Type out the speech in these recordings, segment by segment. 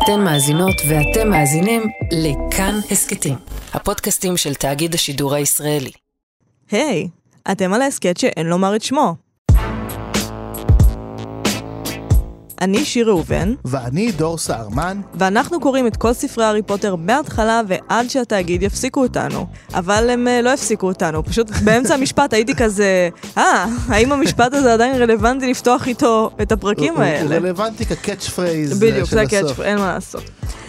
אתן מאזינות ואתם מאזינים לכאן הסקטים, הפודקאסטים של תאגיד השידור הישראלי. היי, אתם על ההסקט שאין לומר את שמו. אני שיר ראובן. ואני דור סערמן. ואנחנו קוראים את כל ספרי הארי פוטר מההתחלה ועד שהתאגיד יפסיקו אותנו. אבל הם לא יפסיקו אותנו. פשוט באמצע המשפט הייתי כזה, האם המשפט הזה עדיין רלוונטי לפתוח איתו את הפרקים האלה? הוא רלוונטי כקאץ' פרייז. בדיוק, זה הקאץ' פרייז, אין מה לעשות.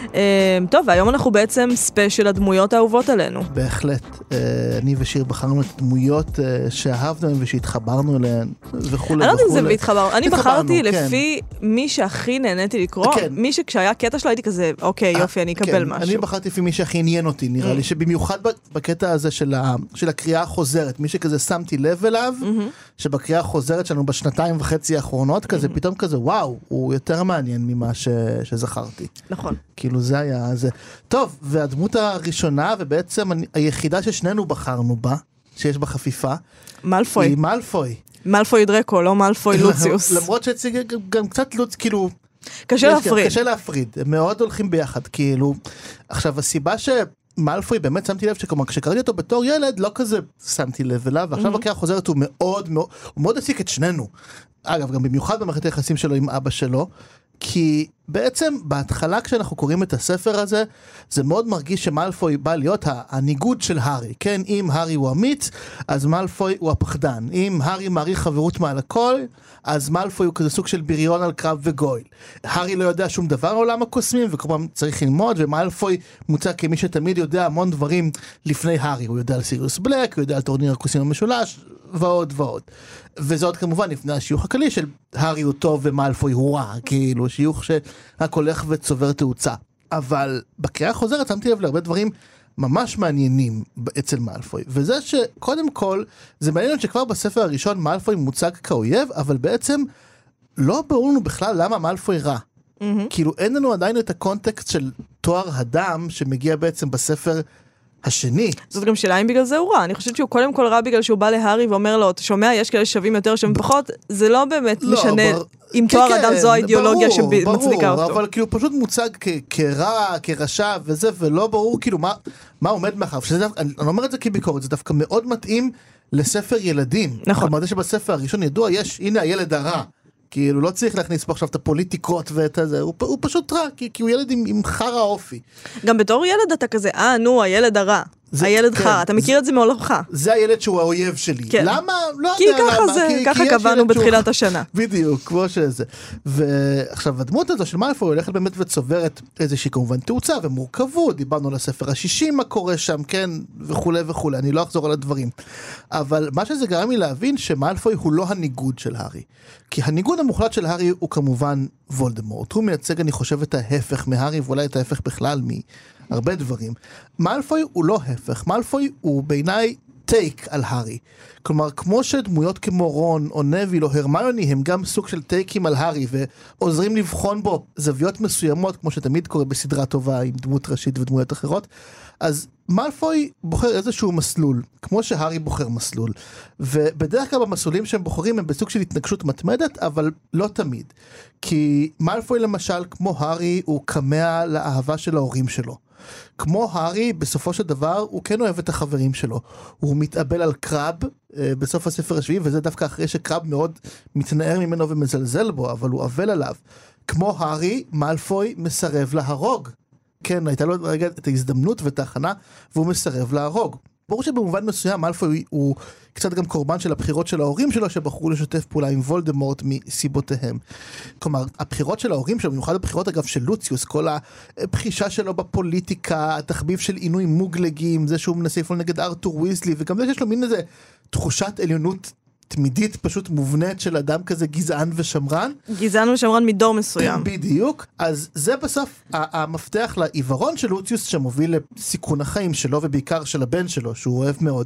טוב, והיום אנחנו בעצם ספיישל הדמויות האהובות עלינו. בהחלט. אני ושיר בחרנו את דמויות שאהבנו ושהתחברנו אליהן וכו'. אני לא יודעת אם זה והתחברנו. אני בחרתי לפי מי שהכי נהניתי לקרוא, מי שכשהיה קטע שלו הייתי כזה, אוקיי, יופי, אני אקבל משהו. אני בחרתי לפי מי שהכי עניין אותי, נראה לי, שבמיוחד בקטע הזה של הקריאה החוזרת, מי שכזה שמתי לב אליו, שבקריאה החוזרת שלנו בשנתיים וחצי האחרונות, כזה פתאום כזה, וואו, הוא יותר מעניין ממה שזכרתי. נכון. כאילו זה היה זה. טוב, והדמות הראשונה, ובעצם היחידה ששנינו בחרנו בה, שיש בה חפיפה, מאלפוי. היא מאלפוי. מאלפוי דרקו, לא מאלפוי לוציוס. למרות שהציג גם קצת לוץ, כאילו... קשה להפריד. קשה להפריד, הם מאוד הולכים ביחד, כאילו... עכשיו, הסיבה שמאלפוי באמת שמתי לב, שכלומר, כשקראתי אותו בתור ילד, לא כזה שמתי לב אליו, ועכשיו הקריאה החוזרת הוא מאוד הסיק את שנינו. אגב, גם במיוחד במערכת היחסים שלו עם אבא שלו, כי בעצם בהתחלה כשאנחנו קוראים את הספר הזה, זה מאוד מרגיש שמאלפוי בא להיות הניגוד של הארי, כן? אם הארי הוא אמיץ, אז מאלפוי הוא הפחדן. אם הארי מעריך חברות מעל הכל, אז מאלפוי הוא כזה סוג של בריון על קרב וגויל. הארי לא יודע שום דבר על עולם הקוסמים, וכמובן צריך ללמוד, ומאלפוי מוצא כמי שתמיד יודע המון דברים לפני הארי. הוא יודע על סיריוס בלק, הוא יודע על טורניר הקוסמים המשולש, ועוד ועוד. וזה עוד כמובן לפני השיוך הכללי של הארי הוא טוב ומאלפוי הוא רע, כאילו שיוך שרק הולך וצובר תאוצה. אבל בקריאה החוזרת שמתי לב להרבה דברים ממש מעניינים אצל מאלפוי, וזה שקודם כל זה מעניין שכבר בספר הראשון מאלפוי מוצג כאויב, אבל בעצם לא ברור לנו בכלל למה מאלפוי רע. כאילו אין לנו עדיין את הקונטקסט של תואר הדם שמגיע בעצם בספר השני. זאת גם שאלה אם בגלל זה הוא רע. אני חושבת שהוא קודם כל רע בגלל שהוא בא להארי ואומר לו, אתה שומע, יש כאלה שווים יותר שווים פחות, זה לא באמת משנה אם תואר אדם זו האידיאולוגיה שמצדיקה אותו. אבל כאילו פשוט מוצג כרע, כרשע וזה, ולא ברור כאילו מה עומד מאחר. אני אומר את זה כביקורת, זה דווקא מאוד מתאים לספר ילדים. נכון. כלומר, זה שבספר הראשון ידוע, הנה הילד הרע. כאילו לא צריך להכניס פה עכשיו את הפוליטיקות ואת זה, הוא פשוט רע, כי הוא ילד עם חרא אופי. גם בתור ילד אתה כזה, נו, הילד הרע. הילד חרא, אתה מכיר את זה מעולמך. זה הילד שהוא האויב שלי. למה? לא יודע למה. כי ככה קבענו בתחילת השנה. בדיוק, כמו שזה. ועכשיו, הדמות הזו של מאלפוי הולכת באמת וצוברת איזושהי כמובן תאוצה ומורכבות, דיברנו על הספר ה-60 מה קורה שם, כן, וכו' וכו', אני לא אחזור על הדברים. אבל מה שזה גרם לי להבין שמאלפוי הוא לא הניגוד של הארי. כי הניגוד המוחלט של הארי הוא כמובן וולדמורט. הוא מייצג, אני חושב, את ההפך מהארי, ואולי את ההפך בכלל הרבה דברים. מאלפוי הוא לא הפך, מאלפוי הוא בעיניי טייק על הארי. כלומר, כמו שדמויות כמו רון או נביל או הרמיוני הם גם סוג של טייקים על הארי ועוזרים לבחון בו זוויות מסוימות, כמו שתמיד קורה בסדרה טובה עם דמות ראשית ודמויות אחרות, אז מאלפוי בוחר איזשהו מסלול, כמו שהארי בוחר מסלול. ובדרך כלל במסלולים שהם בוחרים הם בסוג של התנגשות מתמדת, אבל לא תמיד. כי מאלפוי למשל, כמו הארי, הוא קמע לאהבה של ההורים שלו. כמו הארי, בסופו של דבר, הוא כן אוהב את החברים שלו. הוא מתאבל על קרב בסוף הספר השביעי, וזה דווקא אחרי שקרב מאוד מתנער ממנו ומזלזל בו, אבל הוא אבל עליו. כמו הארי, מאלפוי מסרב להרוג. כן, הייתה לו רגע את ההזדמנות ואת ההכנה, והוא מסרב להרוג. ברור שבמובן מסוים, מאלפוי הוא קצת גם קורבן של הבחירות של ההורים שלו, שבחרו לשתף פעולה עם וולדמורט מסיבותיהם. כלומר, הבחירות של ההורים שלו, במיוחד הבחירות אגב של לוציוס, כל הבחישה שלו בפוליטיקה, התחביב של עינוי מוגלגים, זה שהוא מנסה לפעול נגד ארתור ויזלי, וגם זה שיש לו מין איזה תחושת עליונות תמידית פשוט מובנית של אדם כזה גזען ושמרן. גזען ושמרן מדור מסוים. בדיוק. אז זה בסוף המפתח לעיוורון של לוציוס שמוביל לסיכון החיים שלו ובעיקר של הבן שלו שהוא אוהב מאוד.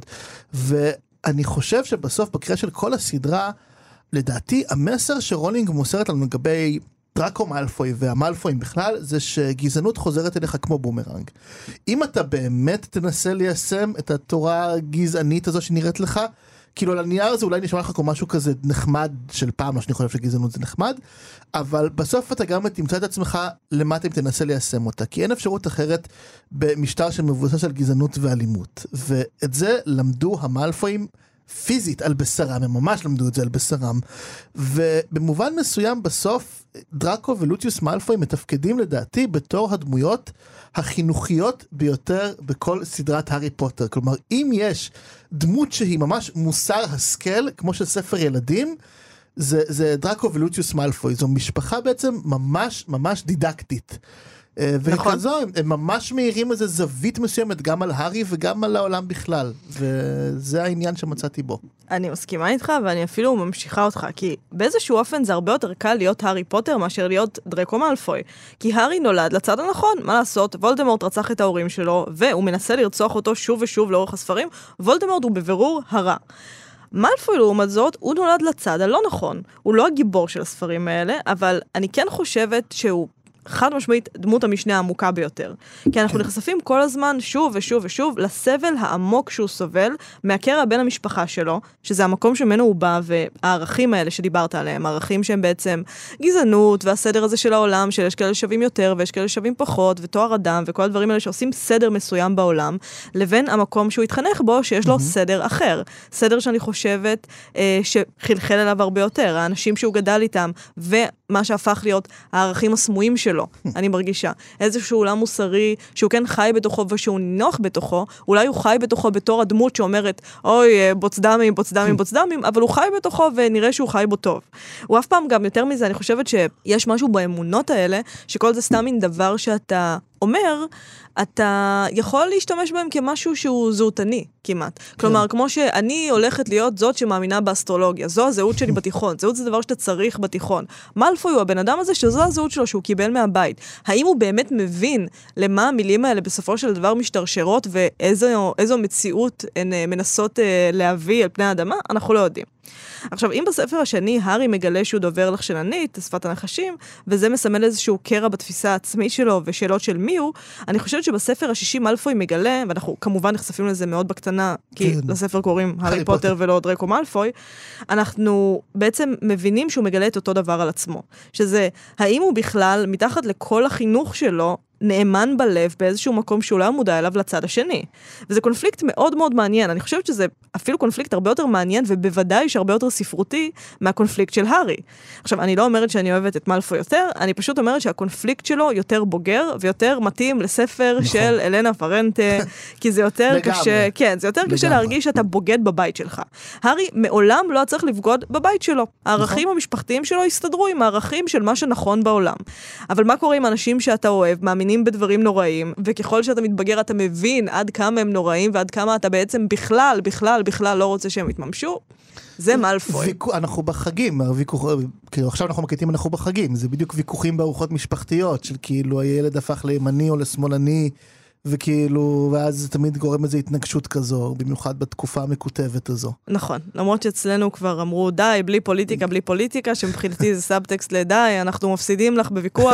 ואני חושב שבסוף בקריאה של כל הסדרה, לדעתי המסר שרולינג מוסרת לנו לגבי דראקו מאלפוי והמאלפויים בכלל, זה שגזענות חוזרת אליך כמו בומרנג. אם אתה באמת תנסה ליישם את התורה הגזענית הזו שנראית לך, כאילו על הנייר הזה אולי נשמע לך כמו משהו כזה נחמד של פעם, לא שאני חושב שגזענות זה נחמד, אבל בסוף אתה גם תמצא את עצמך למטה אם תנסה ליישם אותה, כי אין אפשרות אחרת במשטר שמבוסס על גזענות ואלימות, ואת זה למדו המאלפויים פיזית על בשרם, הם ממש למדו את זה על בשרם, ובמובן מסוים בסוף דראקו ולוציוס מאלפוי מתפקדים לדעתי בתור הדמויות החינוכיות ביותר בכל סדרת הארי פוטר. כלומר, אם יש דמות שהיא ממש מוסר השכל, כמו של ספר ילדים, זה דראקו ולוציוס מאלפוי. זו משפחה בעצם ממש ממש דידקטית. וכזו, הם ממש מהירים איזה זווית מסוימת גם על הארי וגם על העולם בכלל, וזה העניין שמצאתי בו. אני מסכימה איתך, ואני אפילו ממשיכה אותך, כי באיזשהו אופן זה הרבה יותר קל להיות הארי פוטר מאשר להיות דרקו מאלפוי. כי הארי נולד לצד הנכון, מה לעשות? וולדמורט רצח את ההורים שלו, והוא מנסה לרצוח אותו שוב ושוב לאורך הספרים, וולדמורט הוא בבירור הרע. מאלפוי לעומת זאת, הוא נולד לצד הלא נכון. הוא לא הגיבור של הספרים האלה, אבל אני כן חושבת שהוא חד משמעית דמות המשנה העמוקה ביותר. כי אנחנו נחשפים כל הזמן שוב ושוב ושוב לסבל העמוק שהוא סובל מהקרע בין המשפחה שלו, שזה המקום שמנו הוא בא, והערכים האלה שדיברת עליהם, הערכים שהם בעצם גזענות והסדר הזה של העולם, שיש כאלה שווים יותר ויש כאלה שווים פחות, ותואר אדם וכל הדברים האלה שעושים סדר מסוים בעולם, לבין המקום שהוא התחנך בו שיש לו סדר אחר. סדר שאני חושבת שחלחל אליו הרבה יותר, האנשים שהוא גדל איתם, ומה שהפך להיות הערכים הסמויים שלו. אני מרגישה. איזשהו עולם מוסרי שהוא כן חי בתוכו ושהוא נינוח בתוכו, אולי הוא חי בתוכו בתור הדמות שאומרת, אוי, בוצדמים, בוצדמים, בוצדמים, אבל הוא חי בתוכו ונראה שהוא חי בו טוב. הוא אף פעם גם יותר מזה, אני חושבת שיש משהו באמונות האלה, שכל זה סתם מין דבר שאתה אומר, אתה יכול להשתמש בהם כמשהו שהוא זהותני, כמעט. כלומר, כמו שאני הולכת להיות זאת שמאמינה באסטרולוגיה, זו הזהות שלי בתיכון, זהות זה דבר שאתה צריך בתיכון. מאלפוי הוא הבן אדם הזה שזו הזהות שלו שהוא קיבל מהבית. האם הוא באמת מבין למה המילים האלה בסופו של דבר משתרשרות, ואיזו מציאות הן מנסות להביא על פני האדמה? אנחנו לא יודעים. עכשיו, אם בספר השני הארי מגלה שהוא דובר לחשלנית, שפת הנחשים, וזה מסמל איזשהו קרע בתפיסה העצמית שלו ושאלות של מי הוא, אני חושבת שבספר השישי מאלפוי מגלה, ואנחנו כמובן נחשפים לזה מאוד בקטנה, כי לספר קוראים הארי פוטר ולא דרקו מאלפוי, אנחנו בעצם מבינים שהוא מגלה את אותו דבר על עצמו. שזה, האם הוא בכלל, מתחת לכל החינוך שלו, נאמן בלב באיזשהו מקום שהוא לא מודע אליו לצד השני. וזה קונפליקט מאוד מאוד מעניין. אני חושבת שזה אפילו קונפליקט הרבה יותר מעניין, ובוודאי שהרבה יותר ספרותי מהקונפליקט של הארי. עכשיו, אני לא אומרת שאני אוהבת את מאלפוי יותר, אני פשוט אומרת שהקונפליקט שלו יותר בוגר, ויותר מתאים לספר של אלנה פרנטה, כי זה יותר קשה, כן, זה יותר קשה להרגיש שאתה בוגד בבית שלך. הארי מעולם לא צריך לבגוד בבית שלו. הערכים המשפחתיים שלו הסתדרו עם הערכים של מה שנכון בעולם. אבל מה קורה עם אנשים שאתה אוהב, מאמינים בדברים נוראים, וככל שאתה מתבגר אתה מבין עד כמה הם נוראים, ועד כמה אתה בעצם בכלל לא רוצה שהם יתממשו, זה מאלפוי. אנחנו בחגים, כאילו עכשיו אנחנו מקיימים אנחנו בחגים, זה בדיוק ויכוחים בארוחות משפחתיות, של כאילו הילד הפך לימני או לשמאלני, וכאילו, ואז זה תמיד גורם איזו התנגשות כזו, במיוחד בתקופה המקוטבת הזו. נכון, למרות שאצלנו כבר אמרו, די, בלי פוליטיקה, שמבחינתי זה סאבטקסט לדי, אנחנו מפסידים לך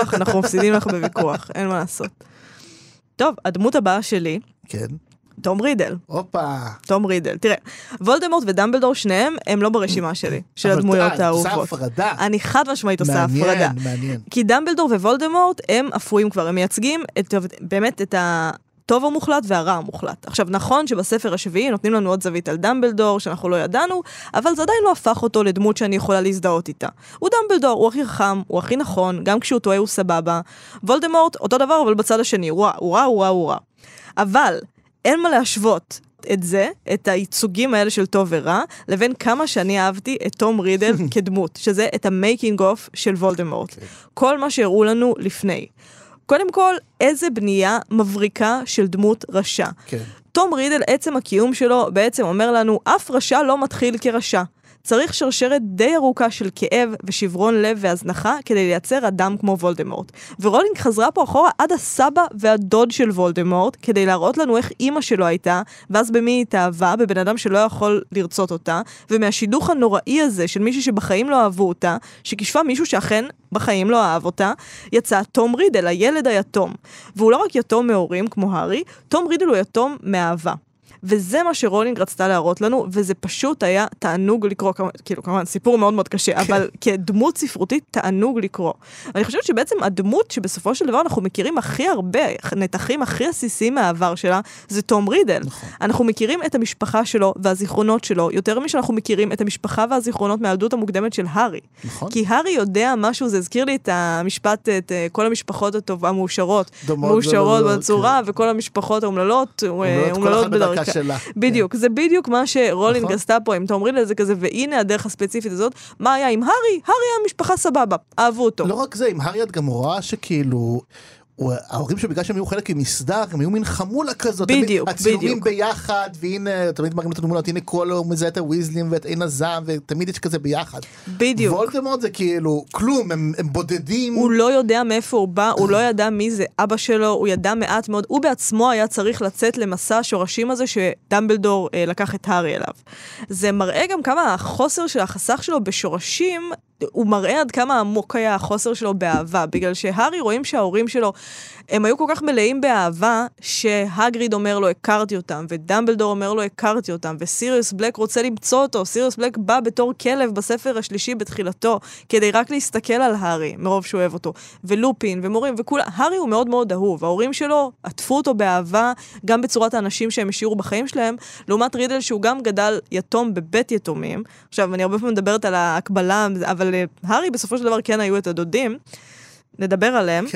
בוויכוח, אין מה לעשות. טוב, הדמות הבאה שלי, כן. תום רידל. תום רידל. תראה, וולדמורט ודמבלדור שניהם הם לא ברשימה שלי, של הדמויות האהובות. עושה הפרדה. אני חד משמעית עושה הפרדה. מעניין. כי דמבלדור ווולדמורט הם אפויים כבר, הם מייצגים באמת את הטוב המוחלט והרע המוחלט. עכשיו, נכון שבספר השביעי נותנים לנו עוד זווית על דמבלדור, שאנחנו לא ידענו, אבל זה עדיין לא הפך אותו לדמות שאני יכולה להזדהות איתה. הוא דמבלדור, הוא הכי חכם, הוא הכי נכון, גם כשהוא טועה הוא סבבה. וולדמורט, אותו דבר, אבל בצד השני, הוא רע. אבל אין מה להשוות את זה, את הייצוגים האלה של טוב ורע, לבין כמה שאני אהבתי את תום רידל כדמות, שזה את המייקינג אוף של וולדמורט. כל מה שהראו לנו לפני. קודם כל, איזה בנייה מבריקה של דמות רשע. תום רידל, עצם הקיום שלו, בעצם אומר לנו, אף רשע לא מתחיל כרשע. צריך שרשרת די ארוכה של כאב ושברון לב והזנחה כדי לייצר אדם כמו וולדמורט. ורולינג חזרה פה אחורה עד הסבא והדוד של וולדמורט, כדי להראות לנו איך אמא שלו הייתה, ואז במי היא התאהבה, בבן אדם שלא יכול לרצות אותה, ומהשידוך הנוראי הזה של מישהו שבחיים לא אהבו אותה, שכשפה מישהו שאכן בחיים לא אהב אותה, יצא תום רידל, הילד היתום. והוא לא רק יתום מהורים כמו הארי, תום רידל הוא יתום מאהבה. וזה מה שרולינג רצתה להראות לנו, וזה פשוט היה תענוג לקרוא, כאילו כמובן סיפור מאוד מאוד קשה, אבל כדמות ספרותית תענוג לקרוא. אני חושבת שבעצם הדמות שבסופו של דבר אנחנו מכירים הכי הרבה, נתחים הכי עסיסיים מהעבר שלה, זה תום רידל. אנחנו מכירים את המשפחה שלו והזיכרונות שלו, יותר משאנחנו מכירים את המשפחה והזיכרונות מהילדות המוקדמת של הארי. כי הארי יודע משהו, זה הזכיר לי את המשפט, את כל המשפחות הטובה מאושרות בצורה, וכל המשפחות האומללות, אומללות בדרכה. בדיוק, זה בדיוק מה שרולינג עשתה פה, אם תום רידל זה כזה, והנה הדרך הספציפית הזאת, מה היה עם הארי? הארי המשפחה סבבה, אהבו אותו. לא רק זה, עם הארי את גם רואה שכאילו, ההורים שבגלל שהם היו חלק ממסדר, הם היו מין חמולה כזאת, בדיוק, הצילומים ביחד, והנה, תמיד מראים את התמונות, הנה כל הוא מזהה את הוויזלים ואת עין הזעם, ותמיד יש כזה ביחד. בדיוק. וולדמורט זה כאילו, כלום, הם בודדים. הוא לא יודע מאיפה הוא בא, הוא לא ידע מי זה אבא שלו, הוא ידע מעט מאוד, הוא בעצמו היה צריך לצאת למסע השורשים הזה, שדמבלדור לקח את הארי אליו. זה מראה גם כמה החוסר של החסך שלו בשורשים, הוא מראה עד כמה עמוק היה החוסר שלו באהבה, בגלל שהארי רואים שההורים שלו, הם היו כל כך מלאים באהבה, שהגריד אומר לו, הכרתי אותם, ודמבלדור אומר לו, הכרתי אותם, וסיריוס בלק רוצה למצוא אותו, סיריוס בלק בא בתור כלב בספר השלישי בתחילתו, כדי רק להסתכל על הארי, מרוב שהוא אוהב אותו, ולופין, ומורים, וכולה, הארי הוא מאוד מאוד אהוב, ההורים שלו עטפו אותו באהבה, גם בצורת האנשים שהם השאירו בחיים שלהם, לעומת רידל שהוא גם גדל יתום בבית יתומים, עכשיו אני הרבה פעמים מדברת על ההקבלה, אבל הארי בסופו של דבר כן היו את הדודים, נדבר עליהם,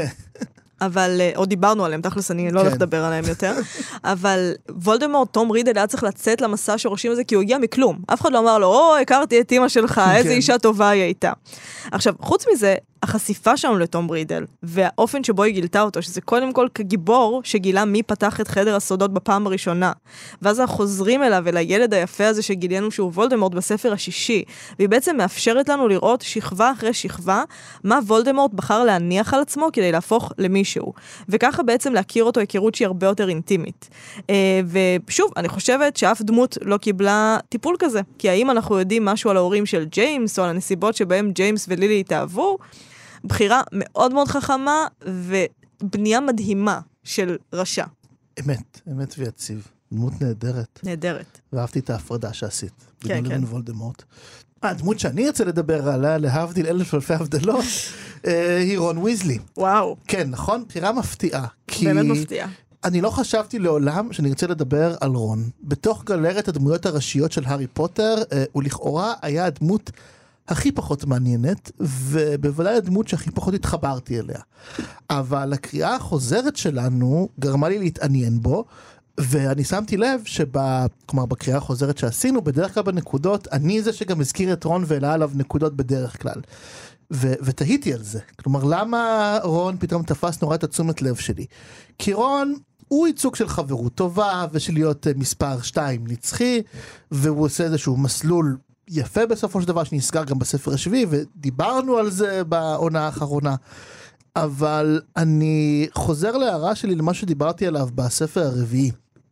אבל, או דיברנו עליהם, תכלס אני לא הולך לדבר עליהם יותר, אבל וולדמורט, תום רידל היה צריך לצאת למסע השורשים הזה, כי הוא הגיע מכלום. אף אחד לא אמר לו, הכרתי את אמא שלך, איזה אישה טובה היא הייתה. עכשיו, חוץ מזה, החשיפה שלנו לתום רידל, והאופן שבו היא גילתה אותו, שזה קודם כל כגיבור שגילה מי פתח את חדר הסודות בפעם הראשונה, ואז אנחנו חוזרים אליו, אל הילד היפה הזה שגילינו שהוא וולדמורט בספר השישי, והיא בעצם מאפשרת לנו לראות שכבה אחרי שכבה, מה וולדמורט בחר להניח על עצמו כדי להפוך למישהו, וככה בעצם להכיר אותו היכרות שהיא הרבה יותר אינטימית. ושוב, אני חושבת שאף דמות לא קיבלה טיפול כזה, כי האם אנחנו יודעים משהו על ההורים של ג'יימס, או על הנסיבות שבהם ג'יימס ולילי התאהבו, בחירה מאוד מאוד חכמה, ובנייה מדהימה של רשע. אמת ויציב. דמות נהדרת. נהדרת. ואהבתי את ההפרדה שעשית. כן, כן. וולדמורט. הדמות שאני רוצה לדבר עליה, להבדיל אלף אלפי הבדלות, היא רון ויזלי. וואו. כן, נכון? בחירה מפתיעה. באמת מפתיעה. אני לא חשבתי לעולם שאני רוצה לדבר על רון. בתוך גלרת הדמויות הראשיות של הארי פוטר, הוא לכאורה היה הדמות הכי פחות מעניינת, ובוודאי הדמות שהכי פחות התחברתי אליה. אבל הקריאה החוזרת שלנו גרמה לי להתעניין בו, ואני שמתי לב כלומר בקריאה החוזרת שעשינו, בדרך כלל בנקודות, אני זה שגם הזכיר את רון והעלה עליו נקודות בדרך כלל. ותהיתי על זה. כלומר, למה רון פתאום תפס נורא את התשומת לב שלי? כי רון הוא ייצוג של חברות טובה, ושל להיות מספר 2 נצחי, והוא עושה איזשהו מסלול יפה בסופו של דבר, שנסגר גם בספר השביעי, ודיברנו על זה בעונה האחרונה. אבל אני חוזר להערה שלי למה שדיברתי עליו בספר הרביעי.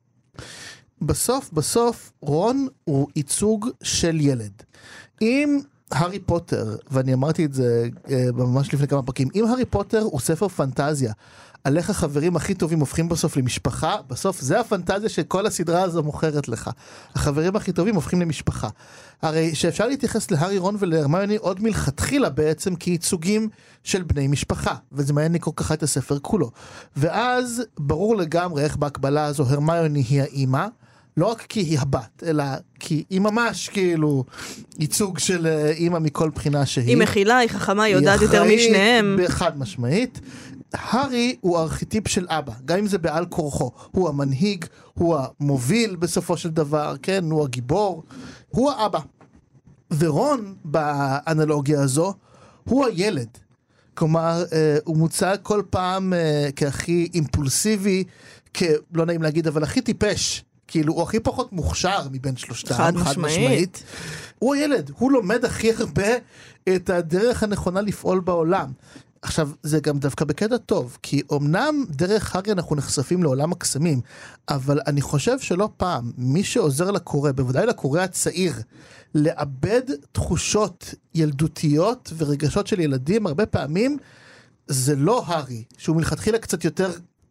בסוף רון הוא ייצוג של ילד. אם הארי פוטר, ואני אמרתי את זה ממש לפני כמה פרקים, אם הארי פוטר הוא ספר פנטזיה, על איך החברים הכי טובים הופכים בסוף למשפחה, בסוף זה הפנטזיה שכל הסדרה הזו מוכרת לך. החברים הכי טובים הופכים למשפחה. הרי שאפשר להתייחס להארי, רון ולהרמיוני עוד מלכתחילה בעצם כייצוגים של בני משפחה, וזה מעניין לי כל כך את הספר כולו. ואז ברור לגמרי איך בהקבלה הזו הרמיוני היא האמא, לא רק כי היא הבת, אלא כי היא ממש כאילו ייצוג של אמא מכל בחינה שהיא. היא מכילה, היא חכמה, היא יודעת יותר משניהם. חד משמעית. הארי הוא ארכיטיפ של אבא, גם אם זה בעל כורחו. הוא המנהיג, הוא המוביל בסופו של דבר, כן, הוא הגיבור, הוא האבא. ורון באנלוגיה הזו, הוא הילד. כלומר, הוא מוצג כל פעם כהכי אימפולסיבי, לא נעים להגיד, אבל הכי טיפש. כאילו, הוא הכי פחות מוכשר מבין שלושתם. חד משמעית. הוא הילד, הוא לומד הכי הרבה את הדרך הנכונה לפעול בעולם. עכשיו, זה גם דווקא בקטע טוב, כי אמנם דרך הארי אנחנו נחשפים לעולם הקסמים, אבל אני חושב שלא פעם, מי שעוזר לקורא, בוודאי לקורא הצעיר, לאבד תחושות ילדותיות ורגשות של ילדים, הרבה פעמים זה לא הארי, שהוא מלכתחילה קצת יותר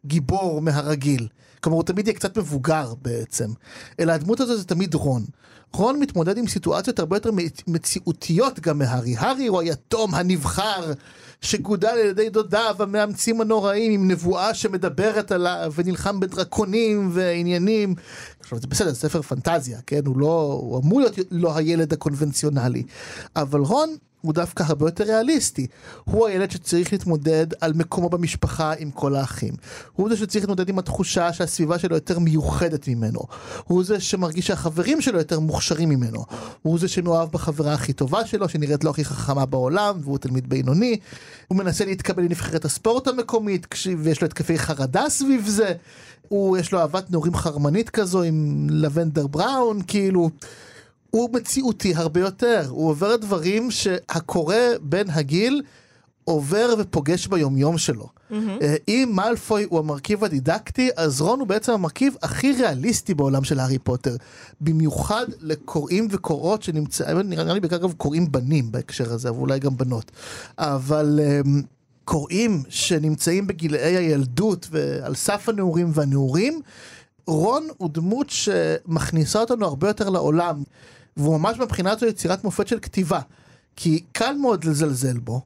גיבור מהרגיל. כלומר, הוא תמיד יהיה קצת מבוגר בעצם. אלא הדמות הזו זה תמיד רון. רון מתמודד עם סיטואציות הרבה יותר מציאותיות גם מהארי. הארי הוא היתום הנבחר שגודל על ידי דודיו המאמצים הנוראים עם נבואה שמדברת עליו ונלחם בדרקונים ועניינים. עכשיו זה בסדר, זה ספר פנטזיה, כן? הוא אמור להיות לא הילד הקונבנציונלי. אבל רון הוא דווקא הרבה יותר ריאליסטי. הוא הילד שצריך להתמודד על מקומו במשפחה עם כל האחים. הוא זה שצריך להתמודד עם התחושה שהסביבה שלו יותר מיוחדת ממנו. הוא זה שמרגיש שהחברים שלו יותר מוכשרים ממנו. הוא זה שמאוהב בחברה הכי טובה שלו, שנראית לו הכי חכמה בעולם, והוא תלמיד בינוני. הוא מנסה להתקבל לנבחרת הספורט המקומית, ויש לו התקפי חרדה סביב זה. יש לו אהבת נעורים חרמנית כזו עם לבנדר בראון, כאילו... הוא מציאותי הרבה יותר, הוא עובר דברים שהקורא בין הגיל עובר ופוגש ביומיום שלו. אם מאלפוי הוא המרכיב הדידקטי, אז רון הוא בעצם המרכיב הכי ריאליסטי בעולם של הארי פוטר, במיוחד לקוראים וקוראות שנמצאים, נראה לי בעיקר קוראים בנים בהקשר הזה, ואולי גם בנות, אבל קוראים שנמצאים בגילאי הילדות ועל סף הנעורים והנעורים, רון הוא דמות שמכניסה אותנו הרבה יותר לעולם, והוא ממש מבחינת זו יצירת מופת של כתיבה, כי קל מאוד לזלזל בו,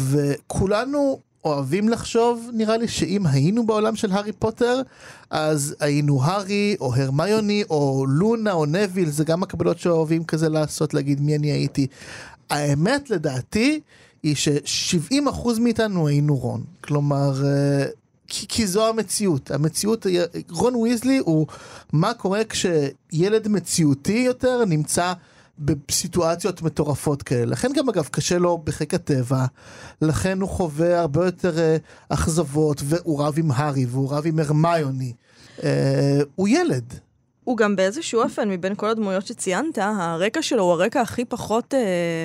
וכולנו אוהבים לחשוב, נראה לי שאם היינו בעולם של הארי פוטר, אז היינו הארי, או הרמיוני, או לונה, או נביל, זה גם הקבלות שאוהבים כזה לעשות, להגיד מי אני הייתי. האמת לדעתי, היא ש70% מאיתנו היינו רון. כלומר... כי זו המציאות. המציאות, רון ויזלי הוא מה קורה כשילד מציאותי יותר נמצא בסיטואציות מטורפות כאלה. לכן גם אגב קשה לו בחיק הטבע, לכן הוא חווה הרבה יותר אכזבות, והוא רב עם הארי, והוא רב עם הרמיוני. הוא ילד. הוא גם באיזשהו אופן, מבין כל הדמויות שציינת, הרקע שלו הוא הרקע הכי פחות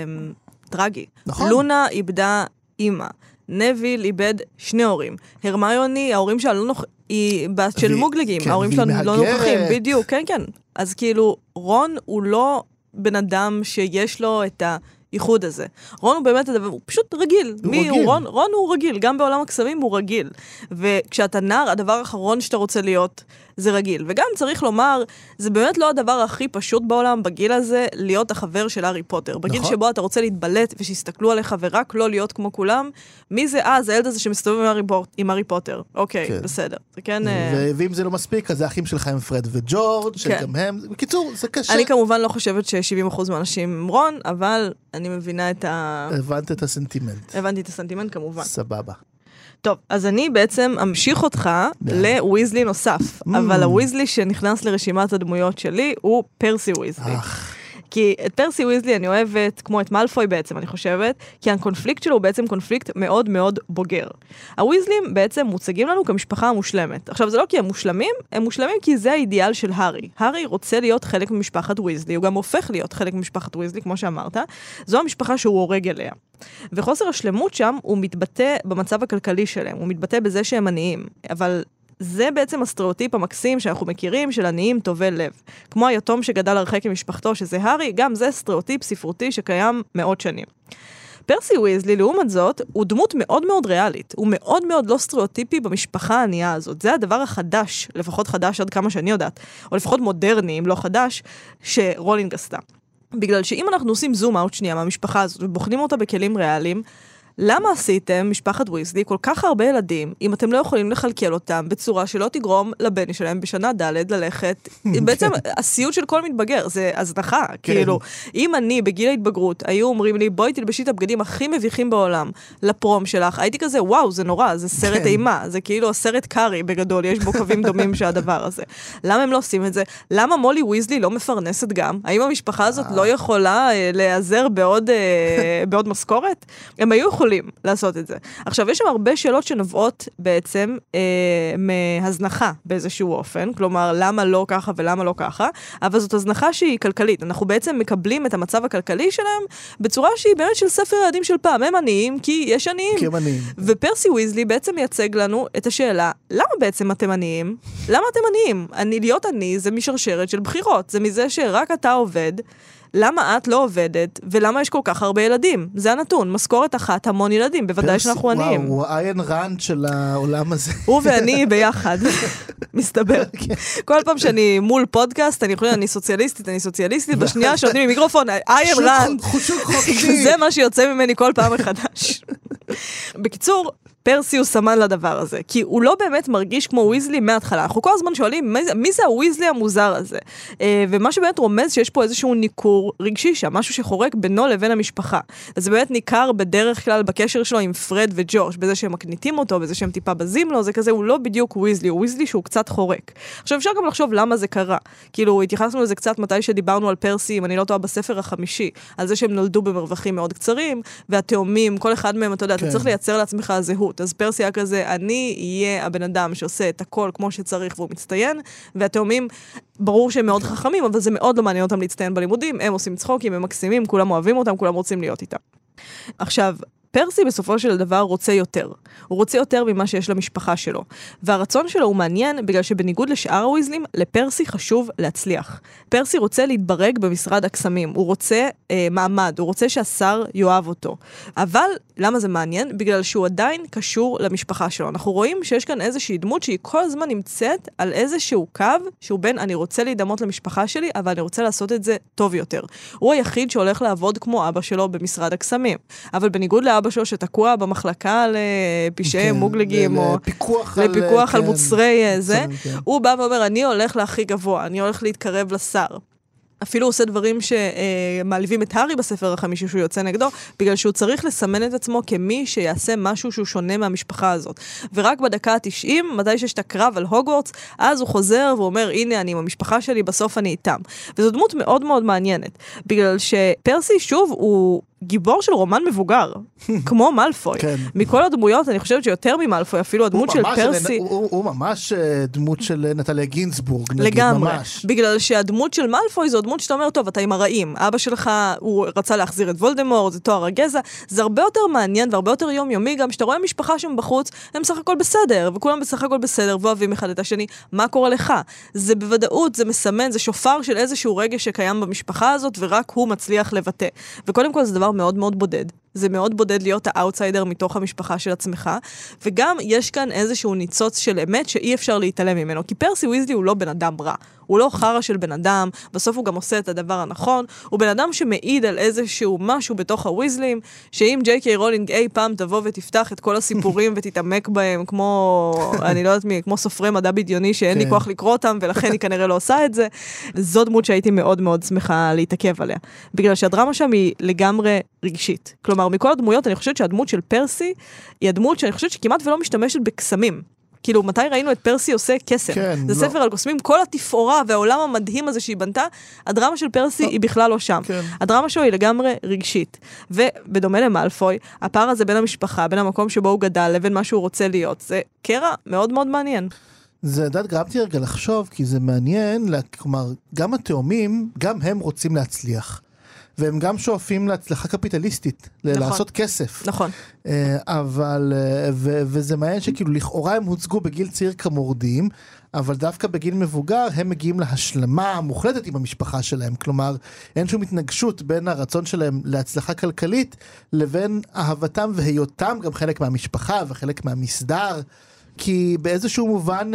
טרגי. נכון. לונה איבדה אימא. נביל איבד 2 הורים. הרמיוני, ההורים שלה לא נוכחים, היא בת של מוגלגים, ההורים שלה לא נוכחים, בדיוק, כן, כן. אז כאילו, רון הוא לא בן אדם שיש לו את הייחוד הזה. רון הוא באמת, הוא פשוט רגיל. מי הוא רון? רון הוא רגיל, גם בעולם הקסמים הוא רגיל. וכשאתה נער, הדבר האחרון שאתה רוצה להיות, זה רגיל. וגם צריך לומר, זה באמת לא הדבר הכי פשוט בעולם, בגיל הזה, להיות החבר של הארי פוטר. בגיל שבו אתה רוצה להתבלט ושיסתכלו עליך ורק לא להיות כמו כולם, מי זה? זה הילד הזה שמסתובב עם הארי פוטר. אוקיי, בסדר. זה כן... ואם זה לא מספיק, אז זה האחים שלך עם פרד וג'ורג' שגם הם... בקיצור, זה קשה. אני כמובן לא חושבת ש70% מהאנשים הם רון, אבל אני מבינה את הבנת את הסנטימנט. הבנתי את הסנטימנט כמובן. סבבה. טוב, אז אני בעצם אמשיך אותך לוויזלי נוסף, אבל הוויזלי שנכנס לרשימת הדמויות שלי הוא פרסי ויזלי. כי את פרסי ויזלי אני אוהבת, כמו את מאלפוי בעצם, אני חושבת, כי הקונפליקט שלו הוא בעצם קונפליקט מאוד מאוד בוגר. הוויזלים בעצם מוצגים לנו כמשפחה המושלמת. עכשיו, זה לא כי הם מושלמים, הם מושלמים כי זה האידיאל של הארי. הארי רוצה להיות חלק ממשפחת ויזלי, הוא גם הופך להיות חלק ממשפחת ויזלי, כמו שאמרת. זו המשפחה שהוא הורג אליה. וחוסר השלמות שם הוא מתבטא במצב הכלכלי שלהם, הוא מתבטא בזה שהם עניים. אבל זה בעצם הסטריאוטיפ המקסים שאנחנו מכירים של עניים טובי לב. כמו היתום שגדל הרחק עם משפחתו, שזה הארי, גם זה סטריאוטיפ ספרותי שקיים מאות שנים. פרסי ויזלי, לעומת זאת, הוא דמות מאוד מאוד ריאלית. הוא מאוד מאוד לא סטריאוטיפי במשפחה הענייה הזאת. זה הדבר החדש, לפחות חדש עד כמה שאני יודעת, או לפחות מודרני, אם לא חדש, שרולינג עשתה. בגלל שאם אנחנו עושים זום אאוט שנייה מהמשפחה הזאת, ובוחנים אותה בכלים ריאליים, למה עשיתם, משפחת ויזלי, כל כך הרבה ילדים, אם אתם לא יכולים לחלקל אותם בצורה שלא תגרום לבני שלהם בשנה ד' ללכת, בעצם הסיוט של כל מתבגר, זה הזנחה, כאילו, אם אני בגיל ההתבגרות, היו אומרים לי, בואי תלבשי את הבגדים הכי מביכים בעולם, לפרום שלך, הייתי כזה, וואו, זה נורא, זה סרט אימה, זה כאילו הסרט קארי בגדול, יש בו קווים דומים שהדבר הזה. למה הם לא עושים את זה? למה מולי ויזלי לא מפרנסת גם? האם המשפחה הזאת לא יכולה להיעזר בעוד משכורת? הם היו יכולים לעשות את זה. עכשיו, יש שם הרבה שאלות שנובעות בעצם מהזנחה באיזשהו אופן, כלומר, למה לא ככה ולמה לא ככה, אבל זאת הזנחה שהיא כלכלית. אנחנו בעצם מקבלים את המצב הכלכלי שלהם בצורה שהיא באמת של ספר ילדים של פעם. הם עניים כי יש עניים. כי הם עניים. ופרסי ויזלי בעצם מייצג לנו את השאלה, למה בעצם אתם עניים? למה אתם עניים? להיות עני זה משרשרת של בחירות. זה מזה שרק אתה עובד, למה את לא עובדת, ולמה יש כל כך הרבה ילדים? זה הנתון, משכורת אחת, המון ילדים, בוודאי שאנחנו עניים. הוא איין רנד של העולם הזה. הוא ואני ביחד, מסתבר. כל פעם שאני מול פודקאסט, אני חושבת, אני סוציאליסטית, בשנייה שנותנים לי מיקרופון, איין רנד, זה מה שיוצא ממני כל פעם מחדש. בקיצור, פרסי הוא סמן לדבר הזה, כי הוא לא באמת מרגיש כמו וויזלי מההתחלה. אנחנו כל הזמן שואלים, מי זה הוויזלי המוזר הזה? ומה שבאמת רומז שיש פה איזשהו ניכור רגשי שם, משהו שחורק בינו לבין המשפחה. אז זה באמת ניכר בדרך כלל בקשר שלו עם פרד וג'וש, בזה שהם מקניטים אותו, בזה שהם טיפה בזים לו, זה כזה, הוא לא בדיוק וויזלי, הוא וויזלי שהוא קצת חורק. עכשיו אפשר גם לחשוב למה זה קרה. כאילו, התייחסנו לזה קצת מתי שדיברנו על פרסי, אם אני לא טועה בספר החמישי, על זה שהם נולדו במרווחים מאוד קצרים, והתאומים, כל אחד מהם, אתה יודע, אתה צריך לייצר לעצמך זהות. אז פרסי היה כזה, אני אהיה הבן אדם שעושה את הכל כמו שצריך והוא מצטיין, והתאומים, ברור שהם מאוד חכמים, אבל זה מאוד לא מעניין אותם להצטיין בלימודים, הם עושים צחוקים, הם מקסימים, כולם אוהבים אותם, כולם רוצים להיות איתם. עכשיו, פרסי בסופו של דבר רוצה יותר. הוא רוצה יותר ממה שיש למשפחה שלו. והרצון שלו הוא מעניין בגלל שבניגוד לשאר הוויזלים, לפרסי חשוב להצליח. פרסי רוצה להתברג במשרד הקסמים. הוא רוצה מעמד, הוא רוצה שהשר יאהב אותו. אבל למה זה מעניין? בגלל שהוא עדיין קשור למשפחה שלו. אנחנו רואים שיש כאן איזושהי דמות שהיא כל הזמן נמצאת על איזשהו קו שהוא בין אני רוצה להידמות למשפחה שלי, אבל אני רוצה לעשות את זה טוב יותר. הוא היחיד שהולך לעבוד כמו אבא שלו במשרד הקסמים. אבל בניגוד לאבא שלו שתקוע במחלקה לפשעי מוגלגים או לפיקוח על מוצרי זה, הוא בא ואומר, אני הולך להכי גבוה, אני הולך להתקרב לשר. אפילו הוא עושה דברים שמעליבים את הארי בספר החמישי שהוא יוצא נגדו, בגלל שהוא צריך לסמן את עצמו כמי שיעשה משהו שהוא שונה מהמשפחה הזאת. ורק בדקה ה-90, מתי שיש את הקרב על הוגוורטס, אז הוא חוזר ואומר, הנה אני עם המשפחה שלי, בסוף אני איתם. וזו דמות מאוד מאוד מעניינת, בגלל שפרסי שוב הוא גיבור של רומן מבוגר, כמו מאלפוי. מכל הדמויות, אני חושבת שיותר ממאלפוי, אפילו הדמות של פרסי... הוא ממש דמות של נטליה גינסבורג, נגיד, לגמרי. ממש. בגלל שהדמות של מאלפוי זו דמות שאתה אומר, טוב, אתה עם הרעים. אבא שלך, הוא רצה להחזיר את וולדמורט, זה תואר הגזע. זה הרבה יותר מעניין והרבה יותר יומיומי, גם שאתה רואה משפחה שם בחוץ, הם בסך הכל בסדר, וכולם בסך הכל בסדר, ואוהבים אחד את השני. מה קורה לך? זה בוודאות, זה מסמן, זה שופר של איזשהו רגש שקיים במשפחה הזאת, ורק הוא מצליח לבטא. וקודם כל זה דבר מאוד מאוד בודד. זה מאוד בודד להיות האוטסיידר מתוך המשפחה של עצמך, וגם יש כאן איזשהו ניצוץ של אמת שאי אפשר להתעלם ממנו, כי פרסי ויזלי הוא לא בן אדם רע, הוא לא חרה של בן אדם, בסוף הוא גם עושה את הדבר הנכון, הוא בן אדם שמעיד על איזשהו משהו בתוך הוויזלים, שאם ג'יי קיי רולינג אי פעם תבוא ותפתח את כל הסיפורים ותתעמק בהם, כמו, אני לא יודעת מי, כמו סופרי מדע בדיוני שאין לי כוח לקרוא אותם, ולכן היא כנראה לא עושה את זה, זו דמות שהייתי מאוד מאוד שמחה להתעכב עליה, בגלל שהדרמה שם היא לגמרי רגשית. כלומר, מכל הדמויות, אני חושבת שהדמות של פרסי היא הדמות שאני חושבת שכמעט ולא משתמשת בקסמים. כאילו, מתי ראינו את פרסי עושה קסם? כן, זה ספר על קוסמים, כל התפאורה והעולם המדהים הזה שהיא בנתה, הדרמה של פרסי היא בכלל לא שם. כן. הדרמה שלו היא לגמרי רגשית. ובדומה למאלפוי, הפער הזה בין המשפחה, בין המקום שבו הוא גדל, לבין מה שהוא רוצה להיות, זה קרע מאוד מאוד מעניין. זה גרמתי רגע לחשוב, כי זה מעניין, כלומר, גם התאומים, גם הם רוצים להצליח. והם גם שואפים להצלחה קפיטליסטית, לעשות כסף. נכון. אבל, וזה מעניין שכאילו לכאורה הם הוצגו בגיל צעיר כמורדים, אבל דווקא בגיל מבוגר הם מגיעים להשלמה המוחלטת עם המשפחה שלהם. כלומר, אין שום התנגשות בין הרצון שלהם להצלחה כלכלית, לבין אהבתם והיותם גם חלק מהמשפחה וחלק מהמסדר, כי באיזשהו מובן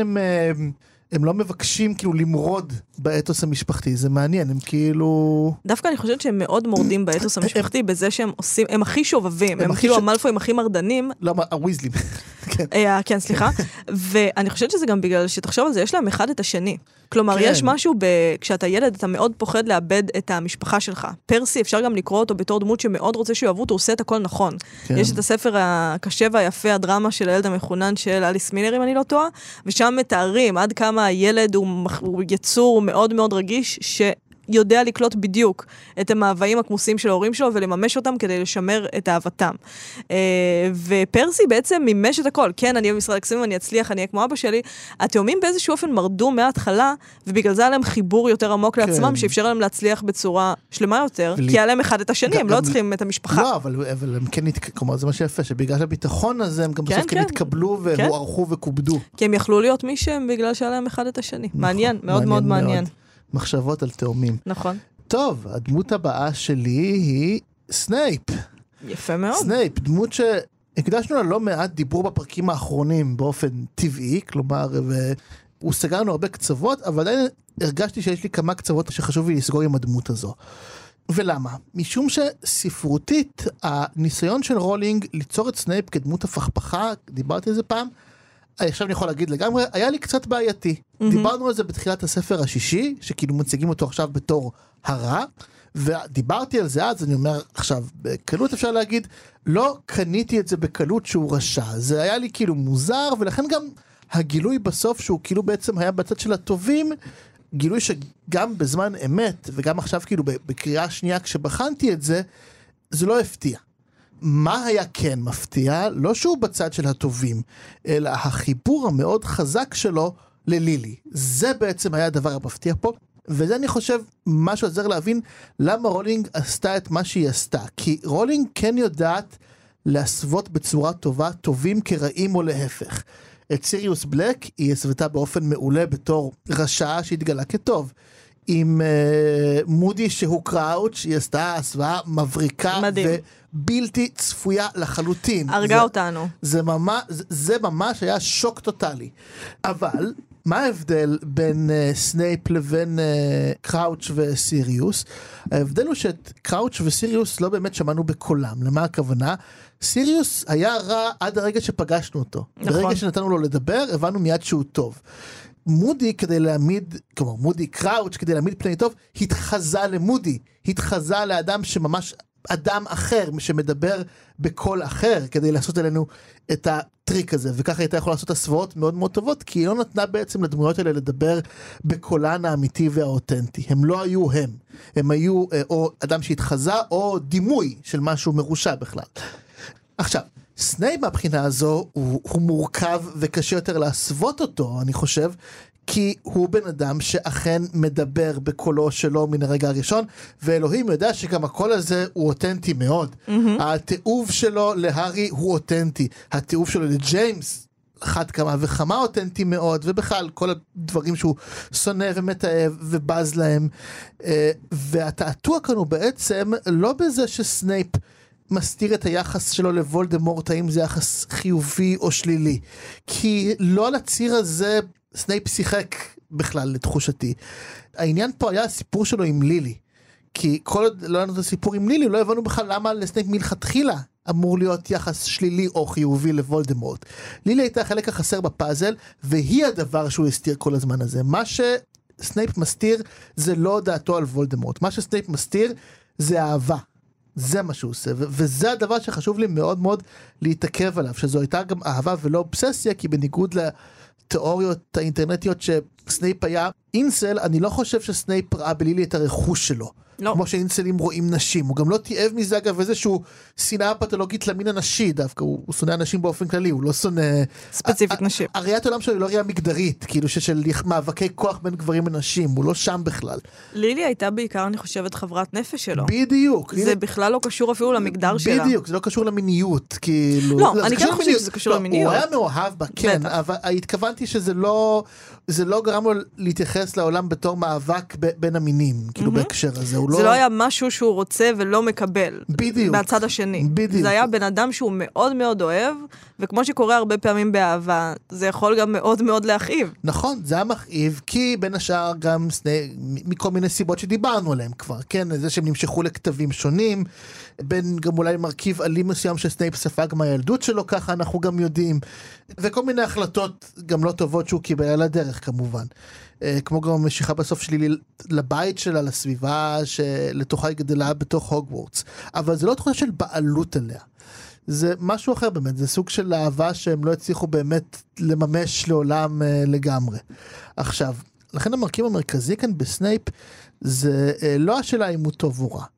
הם לא מבקשים כאילו למרוד באתוס המשפחתי, זה מעניין, הם כאילו... דווקא אני חושבת שהם מאוד מורדים באתוס המשפחתי, בזה שהם עושים, הם הכי שובבים, הם כאילו המאלפויים הכי מרדנים. לא, הוויזלים. כן, סליחה. ואני חושבת שזה גם בגלל שתחשוב על זה, יש להם אחד את השני. כלומר, יש משהו, כשאתה ילד, אתה מאוד פוחד לאבד את המשפחה שלך. פרסי, אפשר גם לקרוא אותו בתור דמות שמאוד רוצה שיאהבו אותו, הוא עושה את הכל נכון. יש את הספר הקשה והיפה, הדרמה של הילד המחונן של אליס מילר, אם אני לא טועה, ושם מתארים עד כמה הילד הוא יצור מאוד מאוד רגיש, יודע לקלוט בדיוק את המאוויים הכמוסים של ההורים שלו, ולממש אותם כדי לשמר את אהבתם. ופרסי בעצם מימש את הכל. כן, אני במשרד הקסמים, אני אצליח, אני אהיה כמו אבא שלי. התאומים באיזשהו אופן מרדו מההתחלה, ובגלל זה היה להם חיבור יותר עמוק לעצמם, שאפשר להם להצליח בצורה שלמה יותר, כי היה להם אחד את השני, הם לא צריכים את המשפחה. לא, אבל הם כן, כלומר, זה מה שיפה, שבגלל הביטחון הזה, הם גם בסוף כן התקבלו והוערכו וכובדו. כי הם יכלו להיות מי שהם בגלל שהיה להם אחד את השני. מעניין, מאוד מאוד מעניין. מחשבות על תאומים. נכון. טוב, הדמות הבאה שלי היא סנייפ. יפה מאוד. סנייפ, דמות שהקדשנו לה לא מעט דיבור בפרקים האחרונים באופן טבעי, כלומר, הוא סגרנו הרבה קצוות, אבל עדיין הרגשתי שיש לי כמה קצוות שחשוב לי לסגור עם הדמות הזו. ולמה? משום שספרותית, הניסיון של רולינג ליצור את סנייפ כדמות הפכפכה, דיברתי על זה פעם, עכשיו אני יכול להגיד לגמרי, היה לי קצת בעייתי. דיברנו על זה בתחילת הספר השישי, שכאילו מציגים אותו עכשיו בתור הרע, ודיברתי על זה אז, אני אומר עכשיו, בקלות אפשר להגיד, לא קניתי את זה בקלות שהוא רשע, זה היה לי כאילו מוזר, ולכן גם הגילוי בסוף, שהוא כאילו בעצם היה בצד של הטובים, גילוי שגם בזמן אמת, וגם עכשיו כאילו בקריאה שנייה כשבחנתי את זה, זה לא הפתיע. מה היה כן מפתיע? לא שהוא בצד של הטובים, אלא החיבור המאוד חזק שלו ללילי. זה בעצם היה הדבר המפתיע פה, וזה אני חושב מה שעוזר להבין למה רולינג עשתה את מה שהיא עשתה. כי רולינג כן יודעת להסוות בצורה טובה טובים כרעים או להפך. את סיריוס בלק היא הסוותה באופן מעולה בתור רשע שהתגלה כטוב. עם מודי שהוא קראוץ' היא עשתה הסוואה מבריקה ובלתי צפויה לחלוטין. הרגה אותנו. זה ממש היה שוק טוטלי. אבל מה ההבדל בין סנייפ לבין קראוץ' וסיריוס? ההבדל הוא שאת קראוץ' וסיריוס לא באמת שמענו בקולם. למה הכוונה? סיריוס היה רע עד הרגע שפגשנו אותו. נכון. ברגע שנתנו לו לדבר, הבנו מיד שהוא טוב. מודי כדי להעמיד, כלומר מודי קראוץ' כדי להעמיד פני טוב, התחזה למודי. התחזה לאדם שממש אדם אחר, שמדבר בקול אחר, כדי לעשות עלינו את הטריק הזה, וככה הייתה יכולה לעשות הסוואות מאוד מאוד טובות, כי היא לא נתנה בעצם לדמויות האלה לדבר בקולן האמיתי והאותנטי. הם לא היו הם היו או אדם שהתחזה, או דימוי של משהו מרושע בכלל. עכשיו, סנייפ מהבחינה הזו הוא מורכב וקשה יותר להסוות אותו, אני חושב, כי הוא בן אדם שאכן מדבר בקולו שלו מן הרגע הראשון, ואלוהים יודע שגם הקול הזה הוא אותנטי מאוד. התיעוב שלו להרי הוא אותנטי, התיעוב שלו לג'יימס חד כמה וכמה אותנטי מאוד, ובכלל כל הדברים שהוא שונא ומתאהב ובז להם, והתעתוע כאן הוא בעצם לא בזה שסנייפ מסתיר את היחס שלו לוולדמורט, האם זה יחס חיובי או שלילי, כי לא על הציר הזה סנייפ שיחק בכלל לתחושתי. העניין פה היה הסיפור שלו עם לילי, כי כל עוד לא היה לנו את הסיפור עם לילי, לא הבנו בכלל למה לסנייפ מלכתחילה אמור להיות יחס שלילי או חיובי לוולדמורט. לילי הייתה החלק החסר בפאזל, והיא הדבר שהוא הסתיר כל הזמן הזה. מה שסנייפ מסתיר זה לא דעתו על וולדמורט, מה שסנייפ מסתיר זה אהבה. זה מה שהוא עושה, וזה הדבר שחשוב לי מאוד מאוד להתעכב עליו, שזו הייתה גם אהבה ולא אובססיה, כי בניגוד לתיאוריות האינטרנטיות שסנייפ היה אינסל, אני לא חושב שסנייפ ראה בלילי את הרכוש שלו. לא. כמו שאינסלים רואים נשים. הוא גם לא תיאב מזה אגב איזשהו שנאה פתולוגית למין הנשי דווקא. הוא שונא אנשים באופן כללי, הוא לא שונא ספציפית נשים. הראיית העולם שלו היא לא ראייה מגדרית, כאילו של מאבקי כוח בין גברים ונשים, הוא לא שם בכלל. לילי הייתה בעיקר, אני חושבת, חברת נפש שלו. בדיוק. זה בכלל לא קשור אפילו למגדר שלה. בדיוק, זה לא קשור למיניות, כאילו. לא, אני כן חושב שזה קשור למיניות. הוא היה מאוהב בה, כן, אבל התכוונתי שזה לא גרם לו להתייחס לעולם בתור מאבק בין המינים, כאילו בהקשר הזה. זה לא היה משהו שהוא רוצה ולא מקבל. בדיוק. מהצד השני. בדיוק. זה היה בן אדם שהוא מאוד מאוד אוהב, וכמו שקורה הרבה פעמים באהבה, זה יכול גם מאוד מאוד להכאיב. נכון, זה היה מכאיב, כי בין השאר גם מכל מיני סיבות שדיברנו עליהם כבר, כן? זה שהם נמשכו לכתבים שונים, בין גם אולי מרכיב אלים מסוים שסנייפ ספג מהילדות שלו, ככה אנחנו גם יודעים, וכל מיני החלטות גם לא טובות שהוא קיבל על הדרך כמובן. כמו גם המשיכה בסוף שלי לבית שלה, לסביבה שלתוכה היא גדלה בתוך הוגוורטס. אבל זה לא תחושה של בעלות עליה. זה משהו אחר באמת, זה סוג של אהבה שהם לא הצליחו באמת לממש לעולם לגמרי. עכשיו, לכן המרכיב המרכזי כאן בסנייפ, זה לא השאלה אם הוא טוב או רע.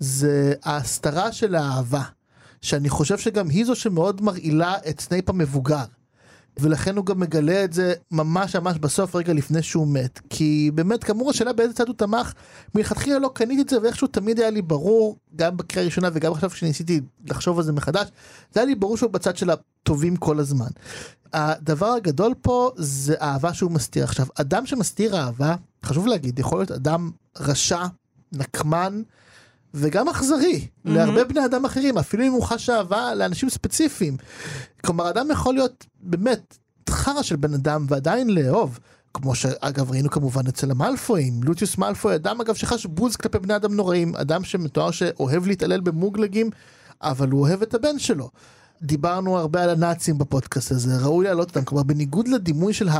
זה ההסתרה של האהבה, שאני חושב שגם היא זו שמאוד מרעילה את סנייפ המבוגר. ולכן הוא גם מגלה את זה ממש ממש בסוף רגע לפני שהוא מת, כי באמת כאמור השאלה באיזה צד הוא תמך, מלכתחילה לא קניתי את זה, ואיכשהו תמיד היה לי ברור, גם בקריאה הראשונה וגם עכשיו כשניסיתי לחשוב על זה מחדש, זה היה לי ברור שהוא בצד של הטובים כל הזמן. הדבר הגדול פה זה האהבה שהוא מסתיר. עכשיו, אדם שמסתיר אהבה, חשוב להגיד, יכול להיות אדם רשע נקמן, וגם אכזרי, להרבה בני אדם אחרים, אפילו אם הוא חש אהבה לאנשים ספציפיים. כלומר, אדם יכול להיות באמת חרא של בן אדם, ועדיין לאהוב, כמו שאגב ראינו כמובן אצל המלפואים, לוטיוס מלפוי, אדם אגב שחש בוז כלפי בני אדם נוראים, אדם שמתואר שאוהב להתעלל במוגלגים, אבל הוא אוהב את הבן שלו. דיברנו הרבה על הנאצים בפודקאסט הזה, ראוי להעלות אותם, כלומר בניגוד לדימוי של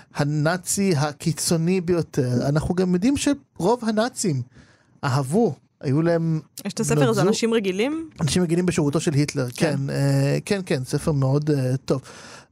הנאצי הקיצוני ביותר, אנחנו גם יודעים שרוב הנאצים אהבו, היו להם... יש את הספר הזה, אנשים רגילים? אנשים רגילים בשירותו של היטלר, כן, ספר מאוד טוב.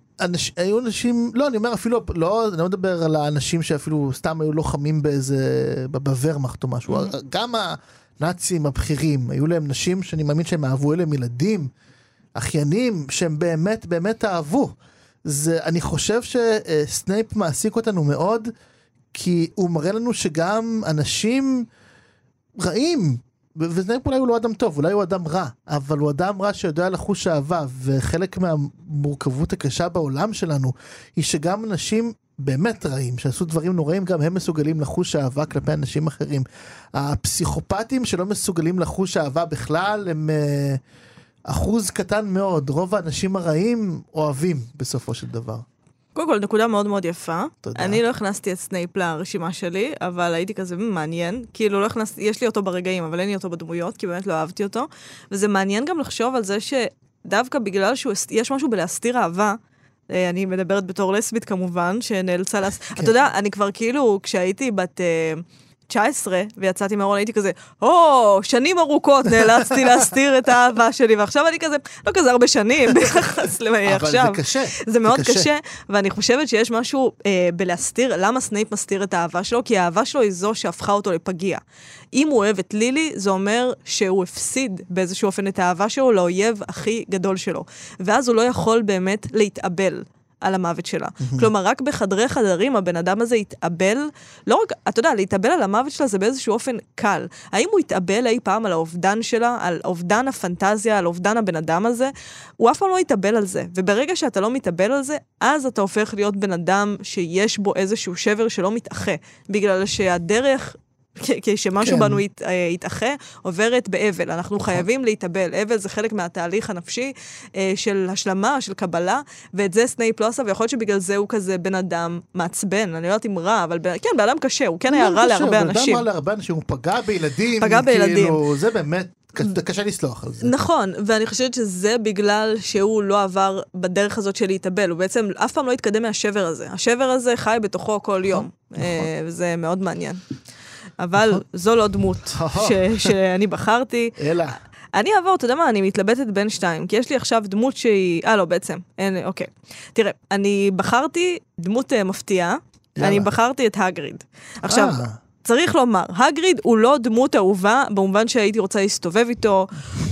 היו אנשים, לא, אני אומר אפילו, לא, אני לא מדבר על האנשים שאפילו סתם היו לוחמים בוורמאכט או משהו, גם הנאצים הבכירים, היו להם נשים שאני מאמין שהם אהבו, אלה הם ילדים, אחיינים, שהם באמת, באמת אהבו. אני חושב שסנייפ מעסיק אותנו מאוד, כי הוא מראה לנו שגם אנשים רעים, וסנייפ אולי הוא לא אדם טוב, אולי הוא אדם רע, אבל הוא אדם רע שיודע לחוש אהבה, וחלק מהמורכבות הקשה בעולם שלנו, היא שגם אנשים באמת רעים, שעשו דברים נוראים, גם הם מסוגלים לחוש אהבה כלפי אנשים אחרים. הפסיכופטים שלא מסוגלים לחוש אהבה בכלל, הם אחוז קטן מאוד, רוב האנשים הרעים אוהבים בסופו של דבר. קודם כל, נקודה מאוד מאוד יפה. תודה. אני לא הכנסתי את סנייפ לרשימה שלי, אבל הייתי כזה מעניין. כאילו לא הכנסתי, יש לי אותו ברגעים, אבל אין לי אותו בדמויות, כי באמת לא אהבתי אותו. וזה מעניין גם לחשוב על זה שדווקא בגלל שיש משהו בלהסתיר אהבה, אני מדברת בתור לסבית כמובן, שנאלצה אתה יודע, אני כבר כאילו, כשהייתי בת 19, ויצאתי מהארון, הייתי כזה, שנים ארוכות נאלצתי להסתיר את האהבה שלי, ועכשיו אני כזה, לא כזה הרבה שנים, ביחס עכשיו. אבל זה קשה. זה מאוד קשה, ואני חושבת שיש משהו בלהסתיר, למה סנייפ מסתיר את האהבה שלו? כי האהבה שלו היא זו שהפכה אותו לפגיע. אם הוא אוהב את לילי, זה אומר שהוא הפסיד באיזשהו אופן את האהבה שלו לאויב הכי גדול שלו. ואז הוא לא יכול באמת להתאבל על המוות שלה. כלומר, רק בחדרי חדרים הבן אדם הזה יתאבל, לא רק, אתה יודע, להתאבל על המוות שלה זה באיזשהו אופן קל. האם הוא יתאבל אי פעם על האובדן שלה, על אובדן הפנטזיה, על אובדן הבן אדם הזה? הוא אף פעם לא יתאבל על זה. וברגע שאתה לא מתאבל על זה, אז אתה הופך להיות בן אדם שיש בו איזשהו שבר שלא מתאחה. בגלל שהדרך כשמשהו בנו יתאחה, עוברת באבל. אנחנו חייבים להתאבל. אבל זה חלק מהתהליך הנפשי של השלמה, של קבלה, ואת זה סנייפ לא עשה, ויכול להיות שבגלל זה הוא כזה בן אדם מעצבן. אני לא יודעת אם רע, אבל כן, באדם קשה. הוא כן היה רע להרבה אנשים. הוא רע להרבה אנשים, הוא פגע בילדים. פגע בילדים. זה באמת קשה לסלוח על זה. נכון, ואני חושבת שזה בגלל שהוא לא עבר בדרך הזאת של להתאבל. הוא בעצם אף פעם לא התקדם מהשבר הזה. השבר הזה חי בתוכו כל יום. וזה מאוד מעניין. אבל זו לא דמות שאני בחרתי. אלא. אני אעבור, אתה יודע מה, אני מתלבטת בין שתיים, כי יש לי עכשיו דמות שהיא... לא, בעצם. אוקיי. תראה, אני בחרתי דמות מפתיעה, אני בחרתי את הגריד. עכשיו, צריך לומר, הגריד הוא לא דמות אהובה, במובן שהייתי רוצה להסתובב איתו.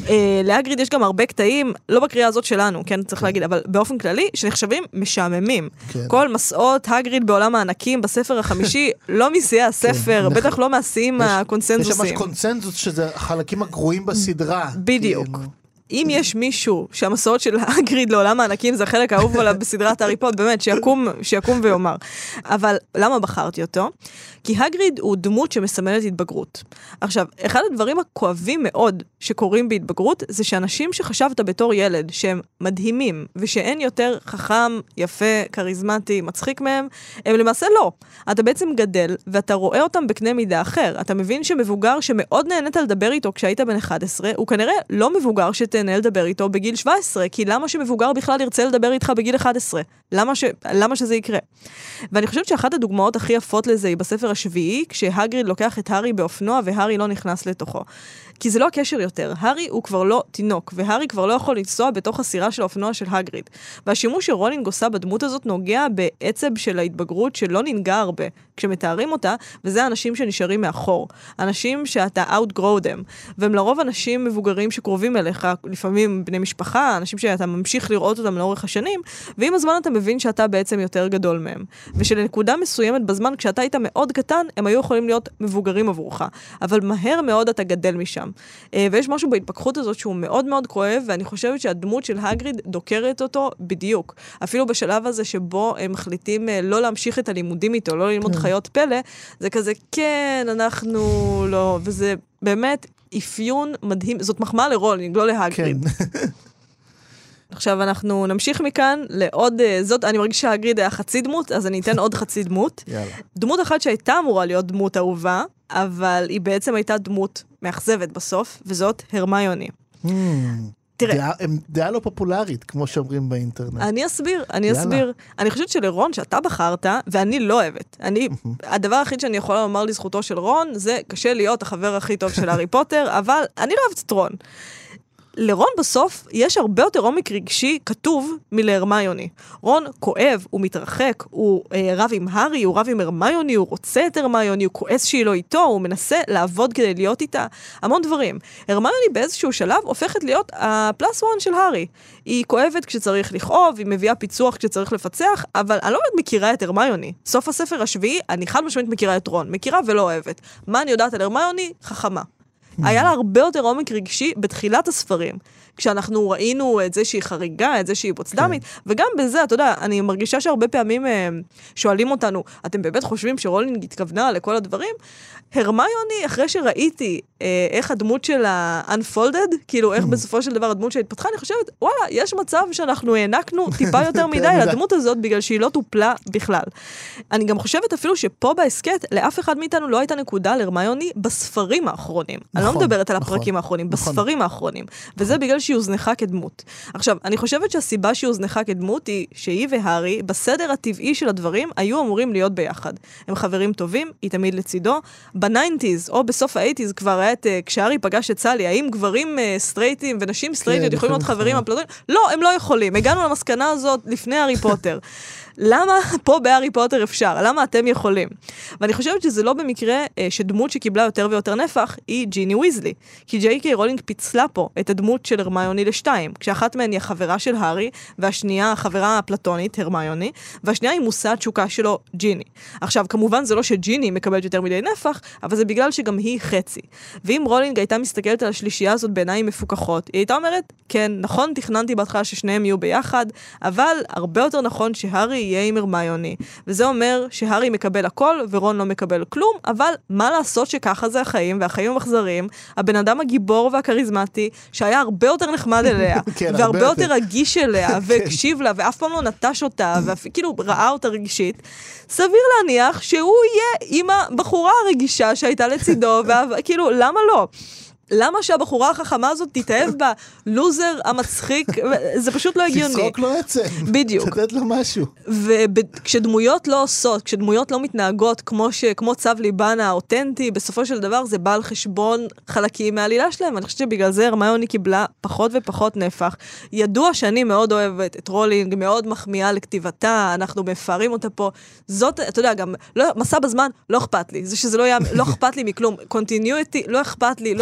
להגריד יש גם הרבה קטעים, לא בקריאה הזאת שלנו, כן, צריך להגיד, אבל באופן כללי, שנחשבים משעממים. כל מסעות הגריד בעולם הענקים בספר החמישי, לא משיאי הספר, בטח לא מהשיאים הקונצנזוסים. יש ממש קונצנזוס שזה החלקים הגרועים בסדרה. בדיוק. אם יש מישהו שהמסעות של הגריד לעולם הענקים זה החלק האהוב עליו בסדרת הארי פוטר, באמת, שיקום ויאמר. אבל למה בחרתי אותו? כי הגריד הוא דמות שמסמלת התבגרות. עכשיו, אחד הדברים הכואבים מאוד שקורים בהתבגרות, זה שאנשים שחשבת בתור ילד, שהם מדהימים, ושאין יותר חכם, יפה, קריזמטי, מצחיק מהם, הם למעשה לא. אתה בעצם גדל, ואתה רואה אותם בקנה מידה אחר. אתה מבין שמבוגר שמאוד נהנית לדבר איתו כשהיית בן 11, הוא כנראה לא מבוגר שתהנה לדבר איתו בגיל 17, כי למה שמבוגר בכלל ירצה לדבר איתך בגיל 11? למה שזה יקרה? ואני חושבת שאחת הדוגמאות הכי יפות לזה היא בספר השביעי, כשהגריד לוקח את הארי באופנוע והארי לא נכנס לתוכו. כי זה לא הקשר יותר. הארי הוא כבר לא תינוק, והארי כבר לא יכול לנסוע בתוך הסירה של האופנוע של הגריד. והשימוש שרולינג עושה בדמות הזאת נוגע בעצב של ההתבגרות שלא ננגע הרבה כשמתארים אותה, וזה האנשים שנשארים מאחור. אנשים שאתה outgrow them, והם לרוב אנשים מבוגרים שקרובים אליך, לפעמים בני משפחה, אנשים שאתה ממשיך לראות אותם לאורך השנים, ועם הזמן אתה מבין שאתה בעצם יותר גדול מהם. ושלנקודה מסוימת בזמן, כשאתה היית מאוד קטן, הם היו יכולים להיות מבוגרים עבורך. אבל מהר מאוד אתה גדל משם. ויש משהו בהתפכחות הזאת שהוא מאוד מאוד כואב, ואני חושבת שהדמות של הגריד דוקרת אותו בדיוק. אפילו בשלב הזה שבו הם מחליטים לא להמשיך את הלימודים איתו, לא ללמוד חיות פלא, זה כזה, כן, אנחנו לא, וזה באמת אפיון מדהים, זאת מחמאה לרולינג, לא להגריד. עכשיו אנחנו נמשיך מכאן לעוד, זאת, אני מרגיש שהגריד היה חצי דמות, אז אני אתן עוד חצי דמות. דמות אחת שהייתה אמורה להיות דמות אהובה, אבל היא בעצם הייתה דמות מאכזבת בסוף, וזאת הרמיוני. תראה, דעה לא פופולרית, כמו שאומרים באינטרנט. אני אסביר. אני חושבת שלרון שאתה בחרת, ואני לא אוהבת. הדבר הכי שאני יכולה לומר לזכותו של רון, זה קשה להיות החבר הכי טוב של הארי פוטר, אבל אני לא אוהבת את רון. לרון בסוף יש הרבה יותר עומק רגשי כתוב מלהרמיוני. רון כואב, הוא מתרחק, הוא רב עם הארי, הוא רב עם הרמיוני, הוא רוצה את הרמיוני, הוא כועס שהיא לא איתו, הוא מנסה לעבוד כדי להיות איתה, המון דברים. הרמיוני באיזשהו שלב הופכת להיות הפלאס וואן של הארי. היא כואבת כשצריך לכאוב, היא מביאה פיצוח כשצריך לפצח, אבל אני לא באמת מכירה את הרמיוני. סוף הספר השביעי, אני חד משמעית מכירה את רון, מכירה ולא אוהבת. מה אני יודעת על הרמיוני? חכמה. היה לה הרבה יותר עומק רגשי בתחילת הספרים, כשאנחנו ראינו את זה שהיא חריגה, את זה שהיא בוצדמית, וגם בזה, אתה יודע, אני מרגישה שהרבה פעמים שואלים אותנו, אתם באמת חושבים שרולינג התכוונה לכל הדברים? הרמיוני, אחרי שראיתי איך הדמות שלה unfolded, כאילו איך בסופו של דבר הדמות שלה התפתחה, אני חושבת, וואלה, יש מצב שאנחנו הענקנו טיפה יותר מדי לדמות הזאת, בגלל שהיא לא טופלה בכלל. אני גם חושבת אפילו שפה בהסקט, לאף אחד מאיתנו לא הייתה נקודה להרמיוני בספרים האחרונים. אני לא מדברת על הפרקים האחרונים, בספרים האחרונים. וזה בגלל שהיא הוזנחה כדמות. עכשיו, אני חושבת שהסיבה שהיא הוזנחה כדמות היא שהיא והארי, בסדר הטבעי של הדברים, היו אמורים להיות ביחד. הם חברים טובים, היא תמיד לצידו. ב-90s, או בסוף ה-80s, כבר היה כשהארי פגש את סלי, האם גברים סטרייטים ונשים סטרייטים יכולים להיות חברים אפלטונים? לא, הם לא יכולים. הגענו למסקנה הזאת לפני הארי פוטר. למה פה בהארי פוטר אפשר? למה אתם יכולים? ואני חושבת שזה לא במקרה שדמות שקיבלה יותר ויותר נפח היא ג'יני ויזלי. כי ג'יי קיי רולינג פיצלה פה את הדמות של הרמיוני לשתיים, כשאחת מהן היא החברה של הארי, והשנייה החברה הפלטונית, הרמיוני, והשנייה היא מושא התשוקה שלו, ג'יני. עכשיו, כמובן זה לא שג'יני מקבלת יותר מדי נפח, אבל זה בגלל שגם היא חצי. ואם רולינג הייתה מסתכלת על השלישייה הזאת בעיניים מפוקחות, היא הייתה אומרת, כן, נכון, תכננתי בהתחלה ששניהם יהיו ביחד, אבל הרבה יותר נכון שהארי יהיה עם הרמיוני. וזה אומר שהארי מקבל הכל ורון לא מקבל כלום, אבל מה לעשות שככה זה החיים, והחיים המחזרים, הבן אדם הגיבור והכריזמטי, שהיה הרבה יותר נחמד אליה, והרבה יותר רגיש אליה, והקשיב לה, ואף פעם לא נטש אותה, וכאילו ראה אותה רגשית, סביר להניח שהוא יהיה עם הבחורה הרגישה שהייתה לצידו, וכאילו, למה לא? למה שהבחורה החכמה הזאת תתאהב בלוזר המצחיק? זה פשוט לא הגיוני. תסרוק לו עצם. בדיוק. תתת לו משהו. וכשדמויות לא עושות, כשדמויות לא מתנהגות כמו צו ליבן האותנטי, בסופו של דבר זה בא על חשבון חלקים מהעלילה שלהם. אני חושבת שבגלל זה הרמיוני קיבלה פחות ופחות נפח. ידוע שאני מאוד אוהבת את רולינג, מאוד מחמיאה לכתיבתה, אנחנו מפארים אותה פה. זאת, אתה יודע, גם מסע בזמן, לא אכפת לי. זה שזה לא היה, לא אכפת לי מכלום. Continuity, לא אכפת לי.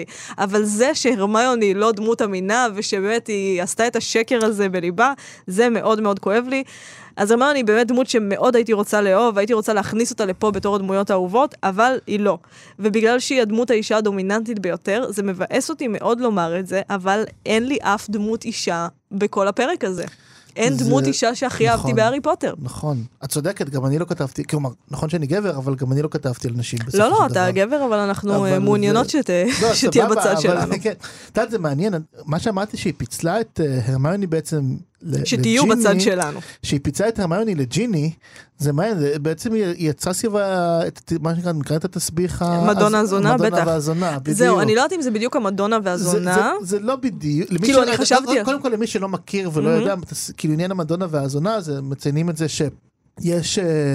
אבל זה שהרמיוני לא דמות אמינה, ושבאמת היא עשתה את השקר הזה בליבה, זה מאוד מאוד כואב לי. אז הרמיוני באמת דמות שמאוד הייתי רוצה לאהוב, הייתי רוצה להכניס אותה לפה בתור הדמויות האהובות, אבל היא לא. ובגלל שהיא הדמות האישה הדומיננטית ביותר, זה מבאס אותי מאוד לומר את זה, אבל אין לי אף דמות אישה בכל הפרק הזה. אין דמות אישה שהכי אהבתי בהארי פוטר. נכון. את צודקת, גם אני לא כתבתי, כלומר, נכון שאני גבר, אבל גם אני לא כתבתי על נשים בסופו של דבר. לא, אתה גבר, אבל אנחנו מעוניינות שתהיה בצד שלנו. אתה יודע, זה מעניין, מה שאמרתי שהיא פיצלה את הרמיוני בעצם לג'יני, שתהיו בצד שלנו. שהיא פיצלה את הרמיוני לג'יני, זה מעניין, בעצם היא יצאה סביבה, מה שנקרא, נקראת את התסביך מדונה הזונה, בטח. מדונה והזונה, בדיוק. זהו, אני לא יודעת אם זה בדיוק המדונה והזונה. זה לא בדיוק. כאילו, אני חשבתי... קודם כל, למי שלא מכיר ולא יודע, כאילו עניין המדונה והזונה, זה מציינים את זה שיש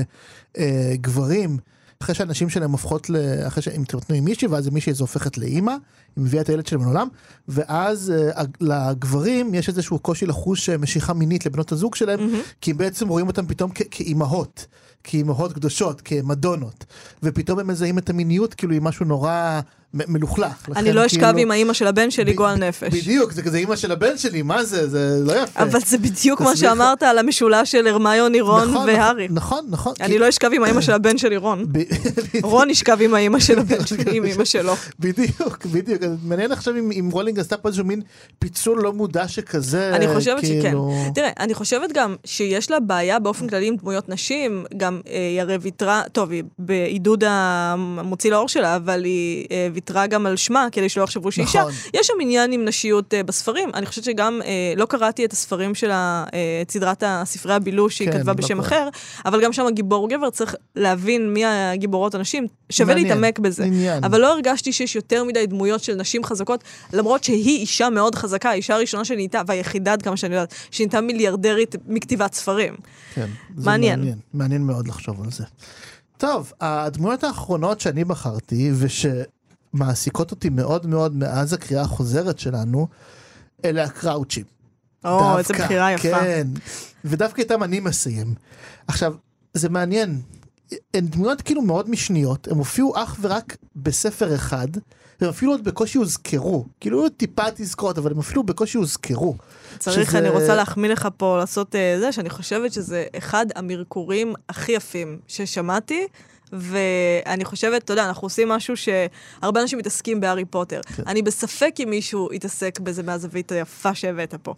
גברים, אחרי שהנשים שלהם הופכות, אחרי שהם תתנו עם מישהי, ואז מישהי זו הופכת לאמא, היא מביאה את הילד שלהם לעולם, ואז לגברים יש איזשהו קושי לחוש משיכה מינית לבנות הזוג שלהם, כי הם בעצם רואים אותם פתאום כאימהות, כאימהות קדושות, כמדונות, ופתאום הם מזהים את המיניות, כאילו היא משהו נורא מלוכלך. אני לא אשכב עם האמא של הבן שלי גועל נפש. בדיוק, זה כזה אמא של הבן שלי, מה זה? זה לא יפה. אבל זה בדיוק מה שאמרת על המשולש של הרמיוני, רון והארי. נכון. אני לא אשכב עם האמא של הבן שלי, רון. רון ישכב עם האמא של הבן שלי, עם אמא שלו. בדיוק. מעניין עכשיו אם רולינג עשתה פה איזשהו מין פיצול לא מודע שכזה. אני חושבת שכן. תראה, אני חושבת גם שיש לה בעיה באופן כללי עם דמויות נשים, גם היא הרי ויתרה, טוב, היא בעידוד המוציא לאור שלה, אבל היא ויתרה גם על שמה, כדי שלא יחשבו שהיא אישה. יש שם עניין עם נשיות בספרים. אני חושבת שגם, לא קראתי את הספרים של סדרת הספרי הבילוש שהיא כתבה בשם אחר, אבל גם שם הגיבור הוא גבר, צריך להבין מי הגיבורות הנשים, שווה להתעמק בזה. אבל לא הרגשתי שיש יותר מדי דמויות של נשים חזקות, למרות שהיא אישה מאוד חזקה, האישה הראשונה שנהייתה, והיחידה עד כמה שאני יודעת, שנהייתה מיליארדרית מכתיבת ספרים. כן, מעניין. מעניין מאוד לחשוב על זה. טוב, הדמויות האחרונות שאני בחרתי, ושמעסיקות אותי מאוד מאוד מאז הקריאה החוזרת שלנו, אלה הקראוצ'ים. איזה בחירה יפה. כן, ודווקא איתם אני מסיים. עכשיו, זה מעניין, הן דמויות כאילו מאוד משניות, הם הופיעו אך ורק בספר אחד, הם אפילו עוד בקושי הוזכרו, כאילו טיפה תזכרות, אבל הם אפילו בקושי הוזכרו. צריך, אני רוצה להחמיא לך פה לעשות זה, שאני חושבת שזה אחד המרקורים הכי יפים ששמעתי, ואני חושבת, אתה יודע, אנחנו עושים משהו שהרבה אנשים מתעסקים בהארי פוטר. אני בספק אם מישהו יתעסק בזה מהזווית היפה שהבאת פה.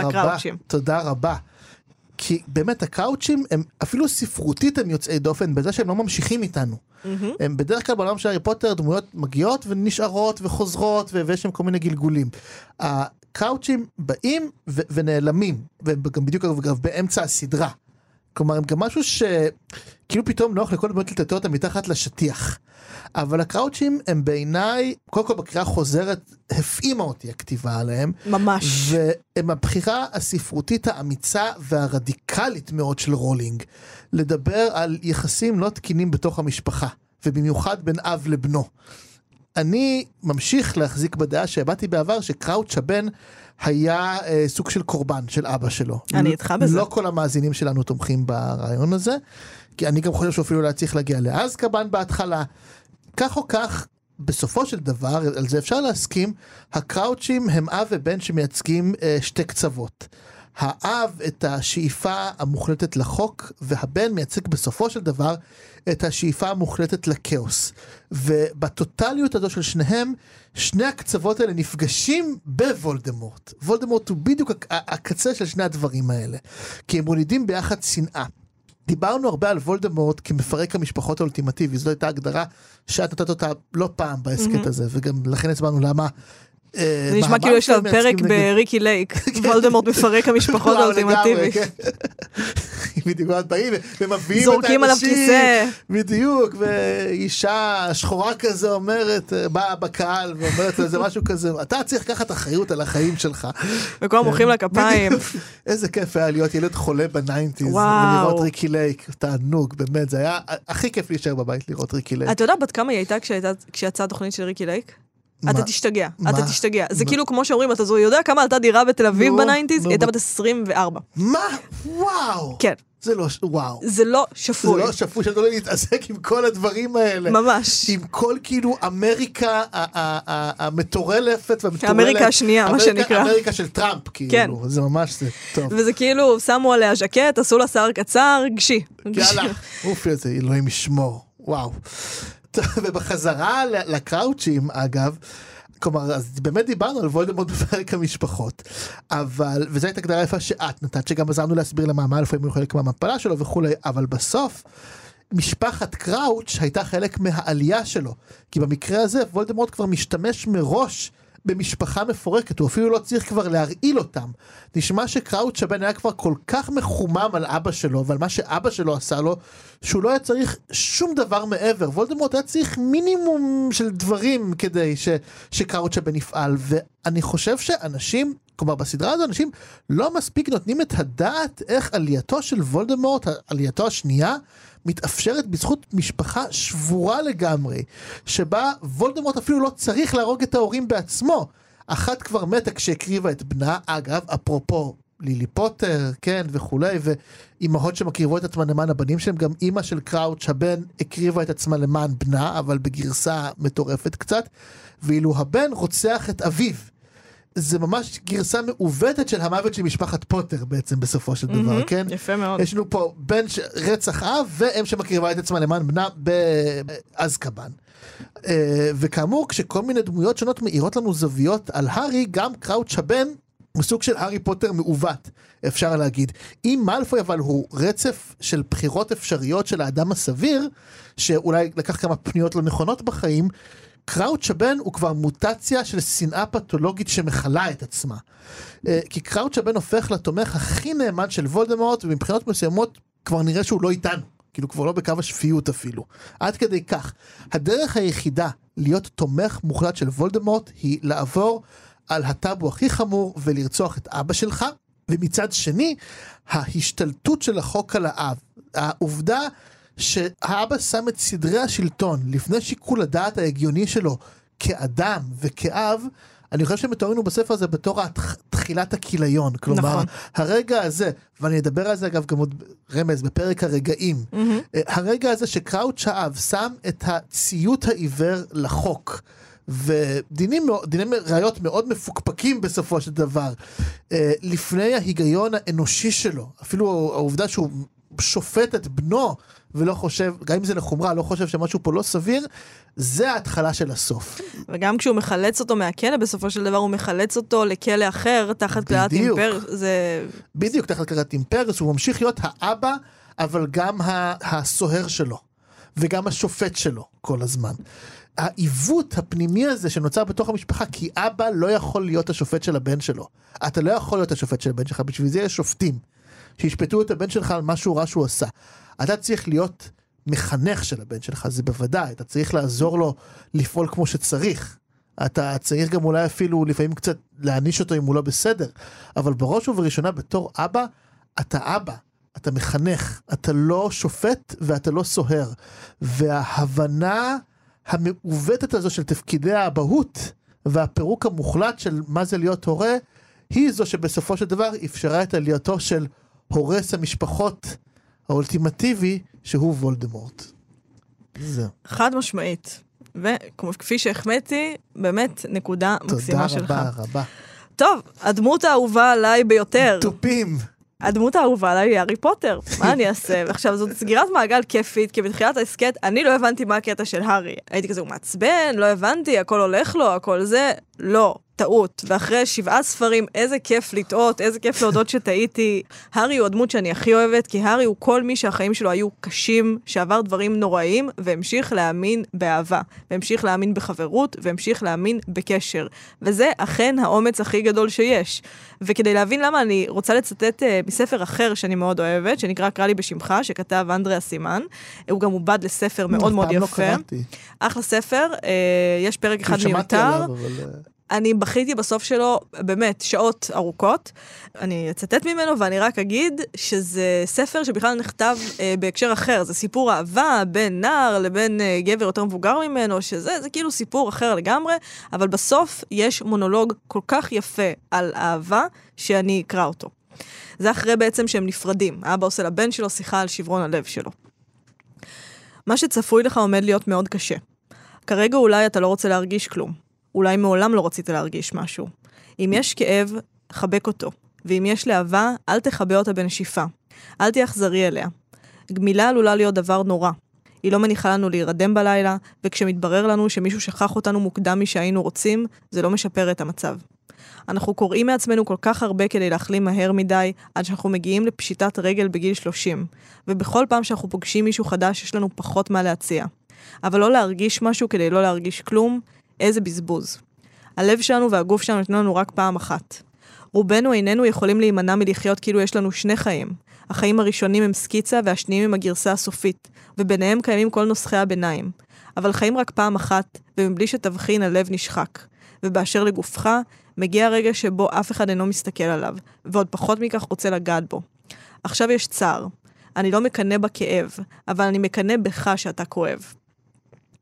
תודה רבה. כי באמת הקראוצ'ים הם אפילו ספרותית הם יוצאי דופן בזה שהם לא ממשיכים איתנו. הם בדרך כלל בעולם של הארי פוטר דמויות מגיעות ונשארות וחוזרות ויש שם כל מיני גלגולים. הקראוצ'ים באים ונעלמים, והם גם בדיוק אגב באמצע הסדרה. כלומר הם גם משהו שכאילו פתאום נוח לכל דמויות לטטא אותם מתחת לשטיח. אבל הקראוצ'ים הם בעיניי, קודם כל בקריאה חוזרת, הפעימה אותי הכתיבה עליהם. ממש. והם הבחירה הספרותית האמיצה והרדיקלית מאוד של רולינג, לדבר על יחסים לא תקינים בתוך המשפחה, ובמיוחד בין אב לבנו. אני ממשיך להחזיק בדעה שהבאתי בעבר שקראוץ' הבן היה סוג של קורבן של אבא שלו. אני איתך בזה. לא כל המאזינים שלנו תומכים ברעיון הזה, כי אני גם חושב שאפילו לא צריך להגיע לאזקבאן בהתחלה. כך או כך, בסופו של דבר, על זה אפשר להסכים, הקראוצ'ים הם אב ובן שמייצגים שתי קצוות. האב את השאיפה המוחלטת לחוק, והבן מייצג בסופו של דבר את השאיפה המוחלטת לקאוס. ובטוטליות הזו של שניהם, שני הקצוות האלה נפגשים בוולדמורט. וולדמורט הוא בדיוק הקצה של שני הדברים האלה, כי הם מולידים ביחד שנאה. דיברנו הרבה על וולדמורט כמפרק המשפחות האולטימטיבי, זו הייתה הגדרה שאת נתת אותה לא פעם בעסקת הזה, וגם לכן הסברנו למה זה נשמע כאילו יש לה פרק בריקי לייק, וולדמורט מפרק המשפחות האולטימטיבי. בדיוק, באים ומביאים זורקים עליו כיסא. בדיוק, ואישה שחורה כזה אומרת, באה בקהל ואומרת לזה משהו כזה, אתה צריך לקחת אחריות על החיים שלך. וכולם מוחאים לה כפיים. איזה כיף היה להיות ילד חולה בניינטיז, ולראות ריקי לייק, תענוג, באמת, זה היה הכי כיף להישאר בבית לראות ריקי לייק. אתה יודע בת כמה היא הייתה כשיצאה התוכנית של ריקי לייק? אתה תשתגע, אתה תשתגע. זה כאילו כמו שאומרים, אתה יודע כמה עלתה דירה בתל אביב בניינטיז? היא הייתה בת 24. מה? וואו. כן. זה לא, וואו. זה לא שפוי. זה לא שפוי שאתה לא להתעסק עם כל הדברים האלה. ממש. עם כל כאילו אמריקה המטורלפת והמטורלת. אמריקה השנייה, מה שנקרא. אמריקה של טראמפ, כאילו. כן. זה ממש זה, טוב. וזה כאילו, שמו עליה ז'קט, עשו לה שיער קצר, גשי. יאללה, אופי הזה, אלוהים ישמור. וואו. ובחזרה לקראוצ'ים, אגב, כלומר, אז באמת דיברנו על וולדמורט בפרק המשפחות, אבל, וזו הייתה הגדרה יפה שאת נתת, שגם עזרנו להסביר למה לפעמים הוא חלק מהמפלה שלו וכו', אבל בסוף, משפחת קראוץ' הייתה חלק מהעלייה שלו, כי במקרה הזה וולדמורט כבר משתמש מראש במשפחה מפורקת, הוא אפילו לא צריך כבר להרעיל אותם. נשמע שקראוץ' הבן היה כבר כל כך מחומם על אבא שלו, ועל מה שאבא שלו עשה לו, שהוא לא היה צריך שום דבר מעבר. וולדמורט היה צריך מינימום של דברים כדי שקראוץ' הבן יפעל, ואני חושב שאנשים, כלומר בסדרה הזו, אנשים לא מספיק נותנים את הדעת איך עלייתו של וולדמורט, עלייתו השנייה, מתאפשרת בזכות משפחה שבורה לגמרי, שבה וולדמורט אפילו לא צריך להרוג את ההורים בעצמו. אחת כבר מתה כשהקריבה את בנה, אגב, אפרופו לילי פוטר, כן, וכולי, ואימהות שמקריבות את עצמן למען הבנים שלהם, גם אימא של קראוץ' הבן הקריבה את עצמה למען בנה, אבל בגרסה מטורפת קצת, ואילו הבן רוצח את אביו. זה ממש גרסה מעוותת של המוות של משפחת פוטר בעצם בסופו של דבר, כן? יפה מאוד. יש לנו פה בן רצח אב, ואם שמקריבה את עצמה למען בנה באזקבאן. וכאמור, כשכל מיני דמויות שונות מאירות לנו זוויות על הארי, גם קראוץ' הבן הוא סוג של הארי פוטר מעוות, אפשר להגיד. אם מאלפוי אבל הוא רצף של בחירות אפשריות של האדם הסביר, שאולי לקח כמה פניות לא נכונות בחיים, קראוץ' הבן הוא כבר מוטציה של שנאה פתולוגית שמחלה את עצמה. כי קראוץ' הבן הופך לתומך הכי נאמן של וולדמורט, ומבחינות מסוימות כבר נראה שהוא לא איתנו. כאילו כבר לא בקו השפיות אפילו. עד כדי כך. הדרך היחידה להיות תומך מוחלט של וולדמורט היא לעבור על הטאבו הכי חמור ולרצוח את אבא שלך, ומצד שני, ההשתלטות של החוק על האב, העובדה שהאבא שם את סדרי השלטון לפני שיקול הדעת ההגיוני שלו כאדם וכאב, אני חושב שמתוארנו בספר הזה בתור תחילת הכיליון, כלומר, הרגע הזה, ואני אדבר על זה אגב גם עוד רמז בפרק הרגעים, הרגע הזה שקראוץ' האב שם את הציות העיוור לחוק, ודיני ראיות מאוד מפוקפקים בסופו של דבר, לפני ההיגיון האנושי שלו, אפילו העובדה שהוא שופט את בנו, ולא חושב, גם אם זה לחומרה, לא חושב שמשהו פה לא סביר, זה ההתחלה של הסוף. וגם כשהוא מחלץ אותו מהכלא, בסופו של דבר הוא מחלץ אותו לכלא אחר, תחת קלעת אימפרס, זה... בדיוק, תחת קלעת אימפרס, הוא ממשיך להיות האבא, אבל גם הסוהר שלו, וגם השופט שלו כל הזמן. העיוות הפנימי הזה שנוצר בתוך המשפחה, כי אבא לא יכול להיות השופט של הבן שלו. אתה לא יכול להיות השופט של הבן שלך, בשביל זה יש שופטים, שישפטו את הבן שלך על משהו רע שהוא עשה. אתה צריך להיות מחנך של הבן שלך, זה בוודאי, אתה צריך לעזור לו לפעול כמו שצריך. אתה צריך גם אולי אפילו לפעמים קצת להעניש אותו אם הוא לא בסדר, אבל בראש ובראשונה בתור אבא, אתה אבא, אתה מחנך, אתה לא שופט ואתה לא סוהר. וההבנה המעוותת הזו של תפקידי האבהות, והפירוק המוחלט של מה זה להיות הורה, היא זו שבסופו של דבר אפשרה את עלייתו של הורס המשפחות האולטימטיבי שהוא וולדמורט. זה. חד משמעית. וכפי שהחמאתי, באמת נקודה מקסימה שלך. תודה רבה רבה. טוב, הדמות האהובה עליי ביותר. טופים. הדמות האהובה עליי היא הארי פוטר. מה אני אעשה? עכשיו, זאת סגירת מעגל כיפית, כי בתחילת העסקת, אני לא הבנתי מה הקטע של הארי. הייתי כזה, הוא מעצבן, לא הבנתי, הכל הולך לו, הכל זה. לא, טעות. ואחרי 7 ספרים, איזה כיף לטעות, איזה כיף להודות שטעיתי. הארי הוא הדמות שאני הכי אוהבת, כי הארי הוא כל מי שהחיים שלו היו קשים, שעבר דברים נוראים, והמשיך להאמין באהבה, והמשיך להאמין בחברות, והמשיך להאמין בקשר. וזה אכן האומץ הכי גדול שיש. וכדי להבין למה אני רוצה לצטט מספר אחר שאני מאוד אוהבת, שנקרא קרא לי בשמך, שכתב אנדריאה סימן. הוא גם עובד לספר מאוד מאוד יפה. אחלה ספר, יש פרק אחד מיותר. אני בכיתי בסוף שלו באמת שעות ארוכות. אני אצטט ממנו ואני רק אגיד שזה ספר שבכלל נכתב בהקשר אחר. זה סיפור אהבה בין נער לבין גבר יותר מבוגר ממנו, שזה כאילו סיפור אחר לגמרי, אבל בסוף יש מונולוג כל כך יפה על אהבה שאני אקרא אותו. זה אחרי בעצם שהם נפרדים. האבא עושה לבן שלו שיחה על שברון הלב שלו. מה שצפוי לך עומד להיות מאוד קשה. כרגע אולי אתה לא רוצה להרגיש כלום. אולי מעולם לא רצית להרגיש משהו. אם יש כאב, חבק אותו. ואם יש לאהבה, אל תחבא אותה בנשיפה. אל תחזרי אליה. גמילה עלולה להיות דבר נורא. היא לא מניחה לנו להירדם בלילה, וכשמתברר לנו שמישהו שכח אותנו מוקדם משהיינו רוצים, זה לא משפר את המצב. אנחנו קוראים מעצמנו כל כך הרבה כדי להחלים מהר מדי, עד שאנחנו מגיעים לפשיטת רגל בגיל 30. ובכל פעם שאנחנו פוגשים מישהו חדש, יש לנו פחות מה להציע. אבל לא להרגיש משהו כדי לא להרגיש כלום, איזה בזבוז. הלב שלנו והגוף שלנו נתנו לנו רק פעם אחת. רובנו איננו יכולים להימנע מלחיות כאילו יש לנו 2 חיים. החיים הראשונים הם סקיצה והשניים הם הגרסה הסופית, וביניהם קיימים כל נוסחי הביניים. אבל חיים רק פעם אחת, ומבלי שתבחין הלב נשחק. ובאשר לגופך, מגיע הרגע שבו אף אחד אינו מסתכל עליו, ועוד פחות מכך רוצה לגעת בו. עכשיו יש צער. אני לא מקנה בכאב, אבל אני מקנה בך שאתה כואב.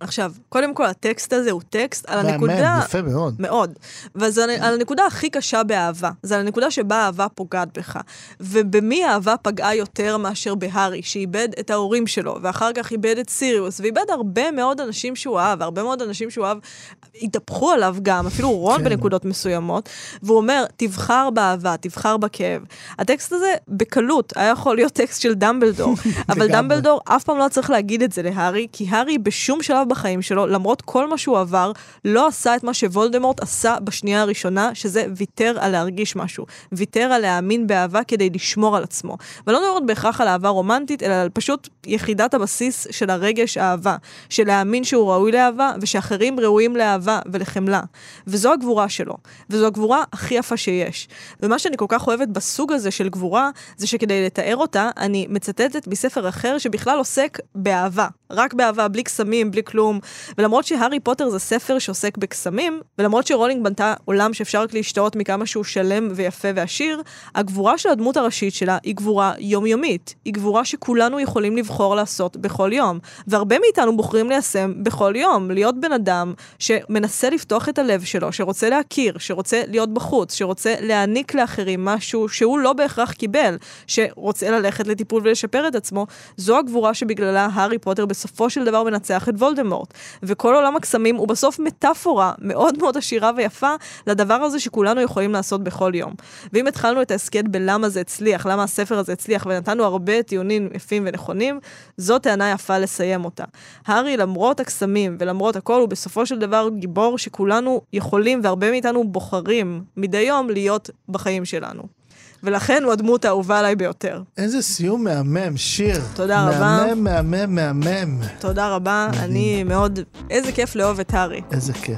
עכשיו, קודם כל, הטקסט הזה הוא טקסט על הנקודה... יפה מאוד. מאוד. וזה על הנקודה הכי קשה באהבה. זה על הנקודה שבה האהבה פוגעת בך. ובמי האהבה פגעה יותר מאשר בהרי, שאיבד את ההורים שלו, ואחר כך איבד את סיריוס, ואיבד הרבה מאוד אנשים שהוא אהב, הרבה מאוד אנשים שהוא אהב, התהפכו עליו גם, אפילו רון בנקודות מסוימות, והוא אומר, תבחר באהבה, תבחר בכאב. הטקסט הזה בקלות היה יכול להיות טקסט של דמבלדור, אבל דמבלדור אף פעם לא צריך להגיד את זה להרי, כי הארי בשום שלב בחיים שלו, למרות כל מה שהוא עבר, לא עשה את מה שוולדמורט עשה בשנייה הראשונה, שזה ויתר על להרגיש משהו, ויתר על להאמין באהבה כדי לשמור על עצמו. ולא נורד בהכרח על אהבה רומנטית, אלא על פשוט יחידת הבסיס של הרגש האהבה, של להאמין שהוא ראוי לאהבה, ושאחרים ראויים לאהבה ולחמלה. וזו הגבורה שלו. וזו הגבורה הכי יפה שיש. ומה שאני כל כך אוהבת בסוג הזה של גבורה, זה שכדי לתאר אותה, אני מצטטת בספר אחר שבכלל עוסק באהבה. רק באהבה, בלי קסמים, בלי כלום. ולמרות שהארי פוטר זה ספר שעוסק בקסמים, ולמרות שרולינג בנתה עולם שאפשר רק להשתאות מכמה שהוא שלם ויפה ועשיר, הגבורה של הדמות הראשית שלה היא גבורה יומיומית. היא גבורה שכולנו יכולים לבחור לעשות בכל יום. והרבה מאיתנו בוחרים ליישם בכל יום. להיות בן אדם שמנסה לפתוח את הלב שלו, שרוצה להכיר, שרוצה להיות בחוץ, שרוצה להעניק לאחרים משהו שהוא לא בהכרח קיבל, שרוצה ללכת לטיפול ולשפר את עצמו. זו הגבורה שבגללה הארי פוטר בסופו של דבר מנצח את וולדמורט. וכל עולם הקסמים הוא בסוף מטאפורה מאוד מאוד עשירה ויפה לדבר הזה שכולנו יכולים לעשות בכל יום. ואם התחלנו את ההסקט בלמה זה הצליח, למה הספר הזה הצליח, ונתנו הרבה טיעונים יפים ונכונים, זו טענה יפה לסיים אותה. הארי למרות הקסמים ולמרות הכל הוא בסופו של דבר גיבור שכולנו יכולים והרבה מאיתנו בוחרים מדי יום להיות בחיים שלנו. ולכן הוא הדמות האהובה עליי ביותר. איזה סיום מהמם, שיר. תודה רבה. מהמם. תודה רבה, אני מאוד, איזה כיף לאהוב את הארי. איזה כיף.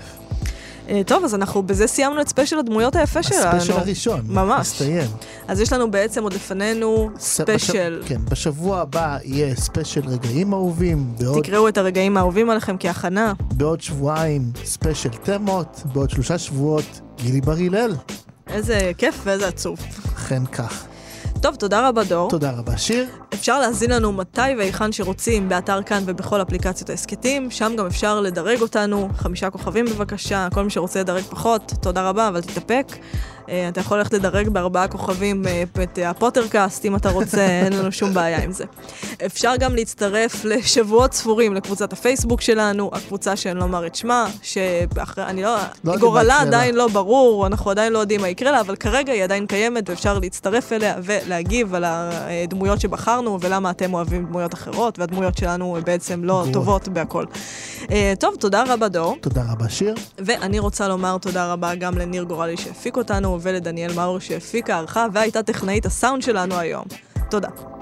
טוב, אז אנחנו בזה סיימנו את ספיישל הדמויות היפה שלנו. הספיישל הראשון. ממש. מסתיים. אז יש לנו בעצם עוד לפנינו ספיישל. כן, בשבוע הבא יהיה ספיישל רגעים אהובים. תקראו את הרגעים האהובים עליכם כהכנה. בעוד שבועיים ספיישל תמות, בעוד 3 שבועות גילי בר הלל. איזה כיף ואיזה עצוב. אכן כך. טוב, תודה רבה דור. תודה רבה שיר. אפשר להזין לנו מתי והיכן שרוצים באתר כאן ובכל אפליקציות העסקתים. שם גם אפשר לדרג אותנו, 5 כוכבים בבקשה, כל מי שרוצה לדרג פחות, תודה רבה, אבל תתאפק. אתה יכול ללכת לדרג ב4 כוכבים את הפוטרקאסט, אם אתה רוצה, אין לנו שום בעיה עם זה. אפשר גם להצטרף לשבועות ספורים לקבוצת הפייסבוק שלנו, הקבוצה שאני לא אומר את שמה, גורלה עדיין לא ברור, אנחנו עדיין לא יודעים מה יקרה לה, אבל כרגע היא עדיין קיימת, ואפשר להצטרף אליה ולהגיב על הדמויות שבחרנו, ולמה אתם אוהבים דמויות אחרות, והדמויות שלנו בעצם לא טובות בהכל. טוב, תודה רבה דור. תודה רבה שיר. ואני רוצה לומר תודה רבה גם לניר גורלי שהפיק אותנו, ולדניאל מאור שהפיק הערכה, והייתה טכנאית הסאונד שלנו היום. תודה.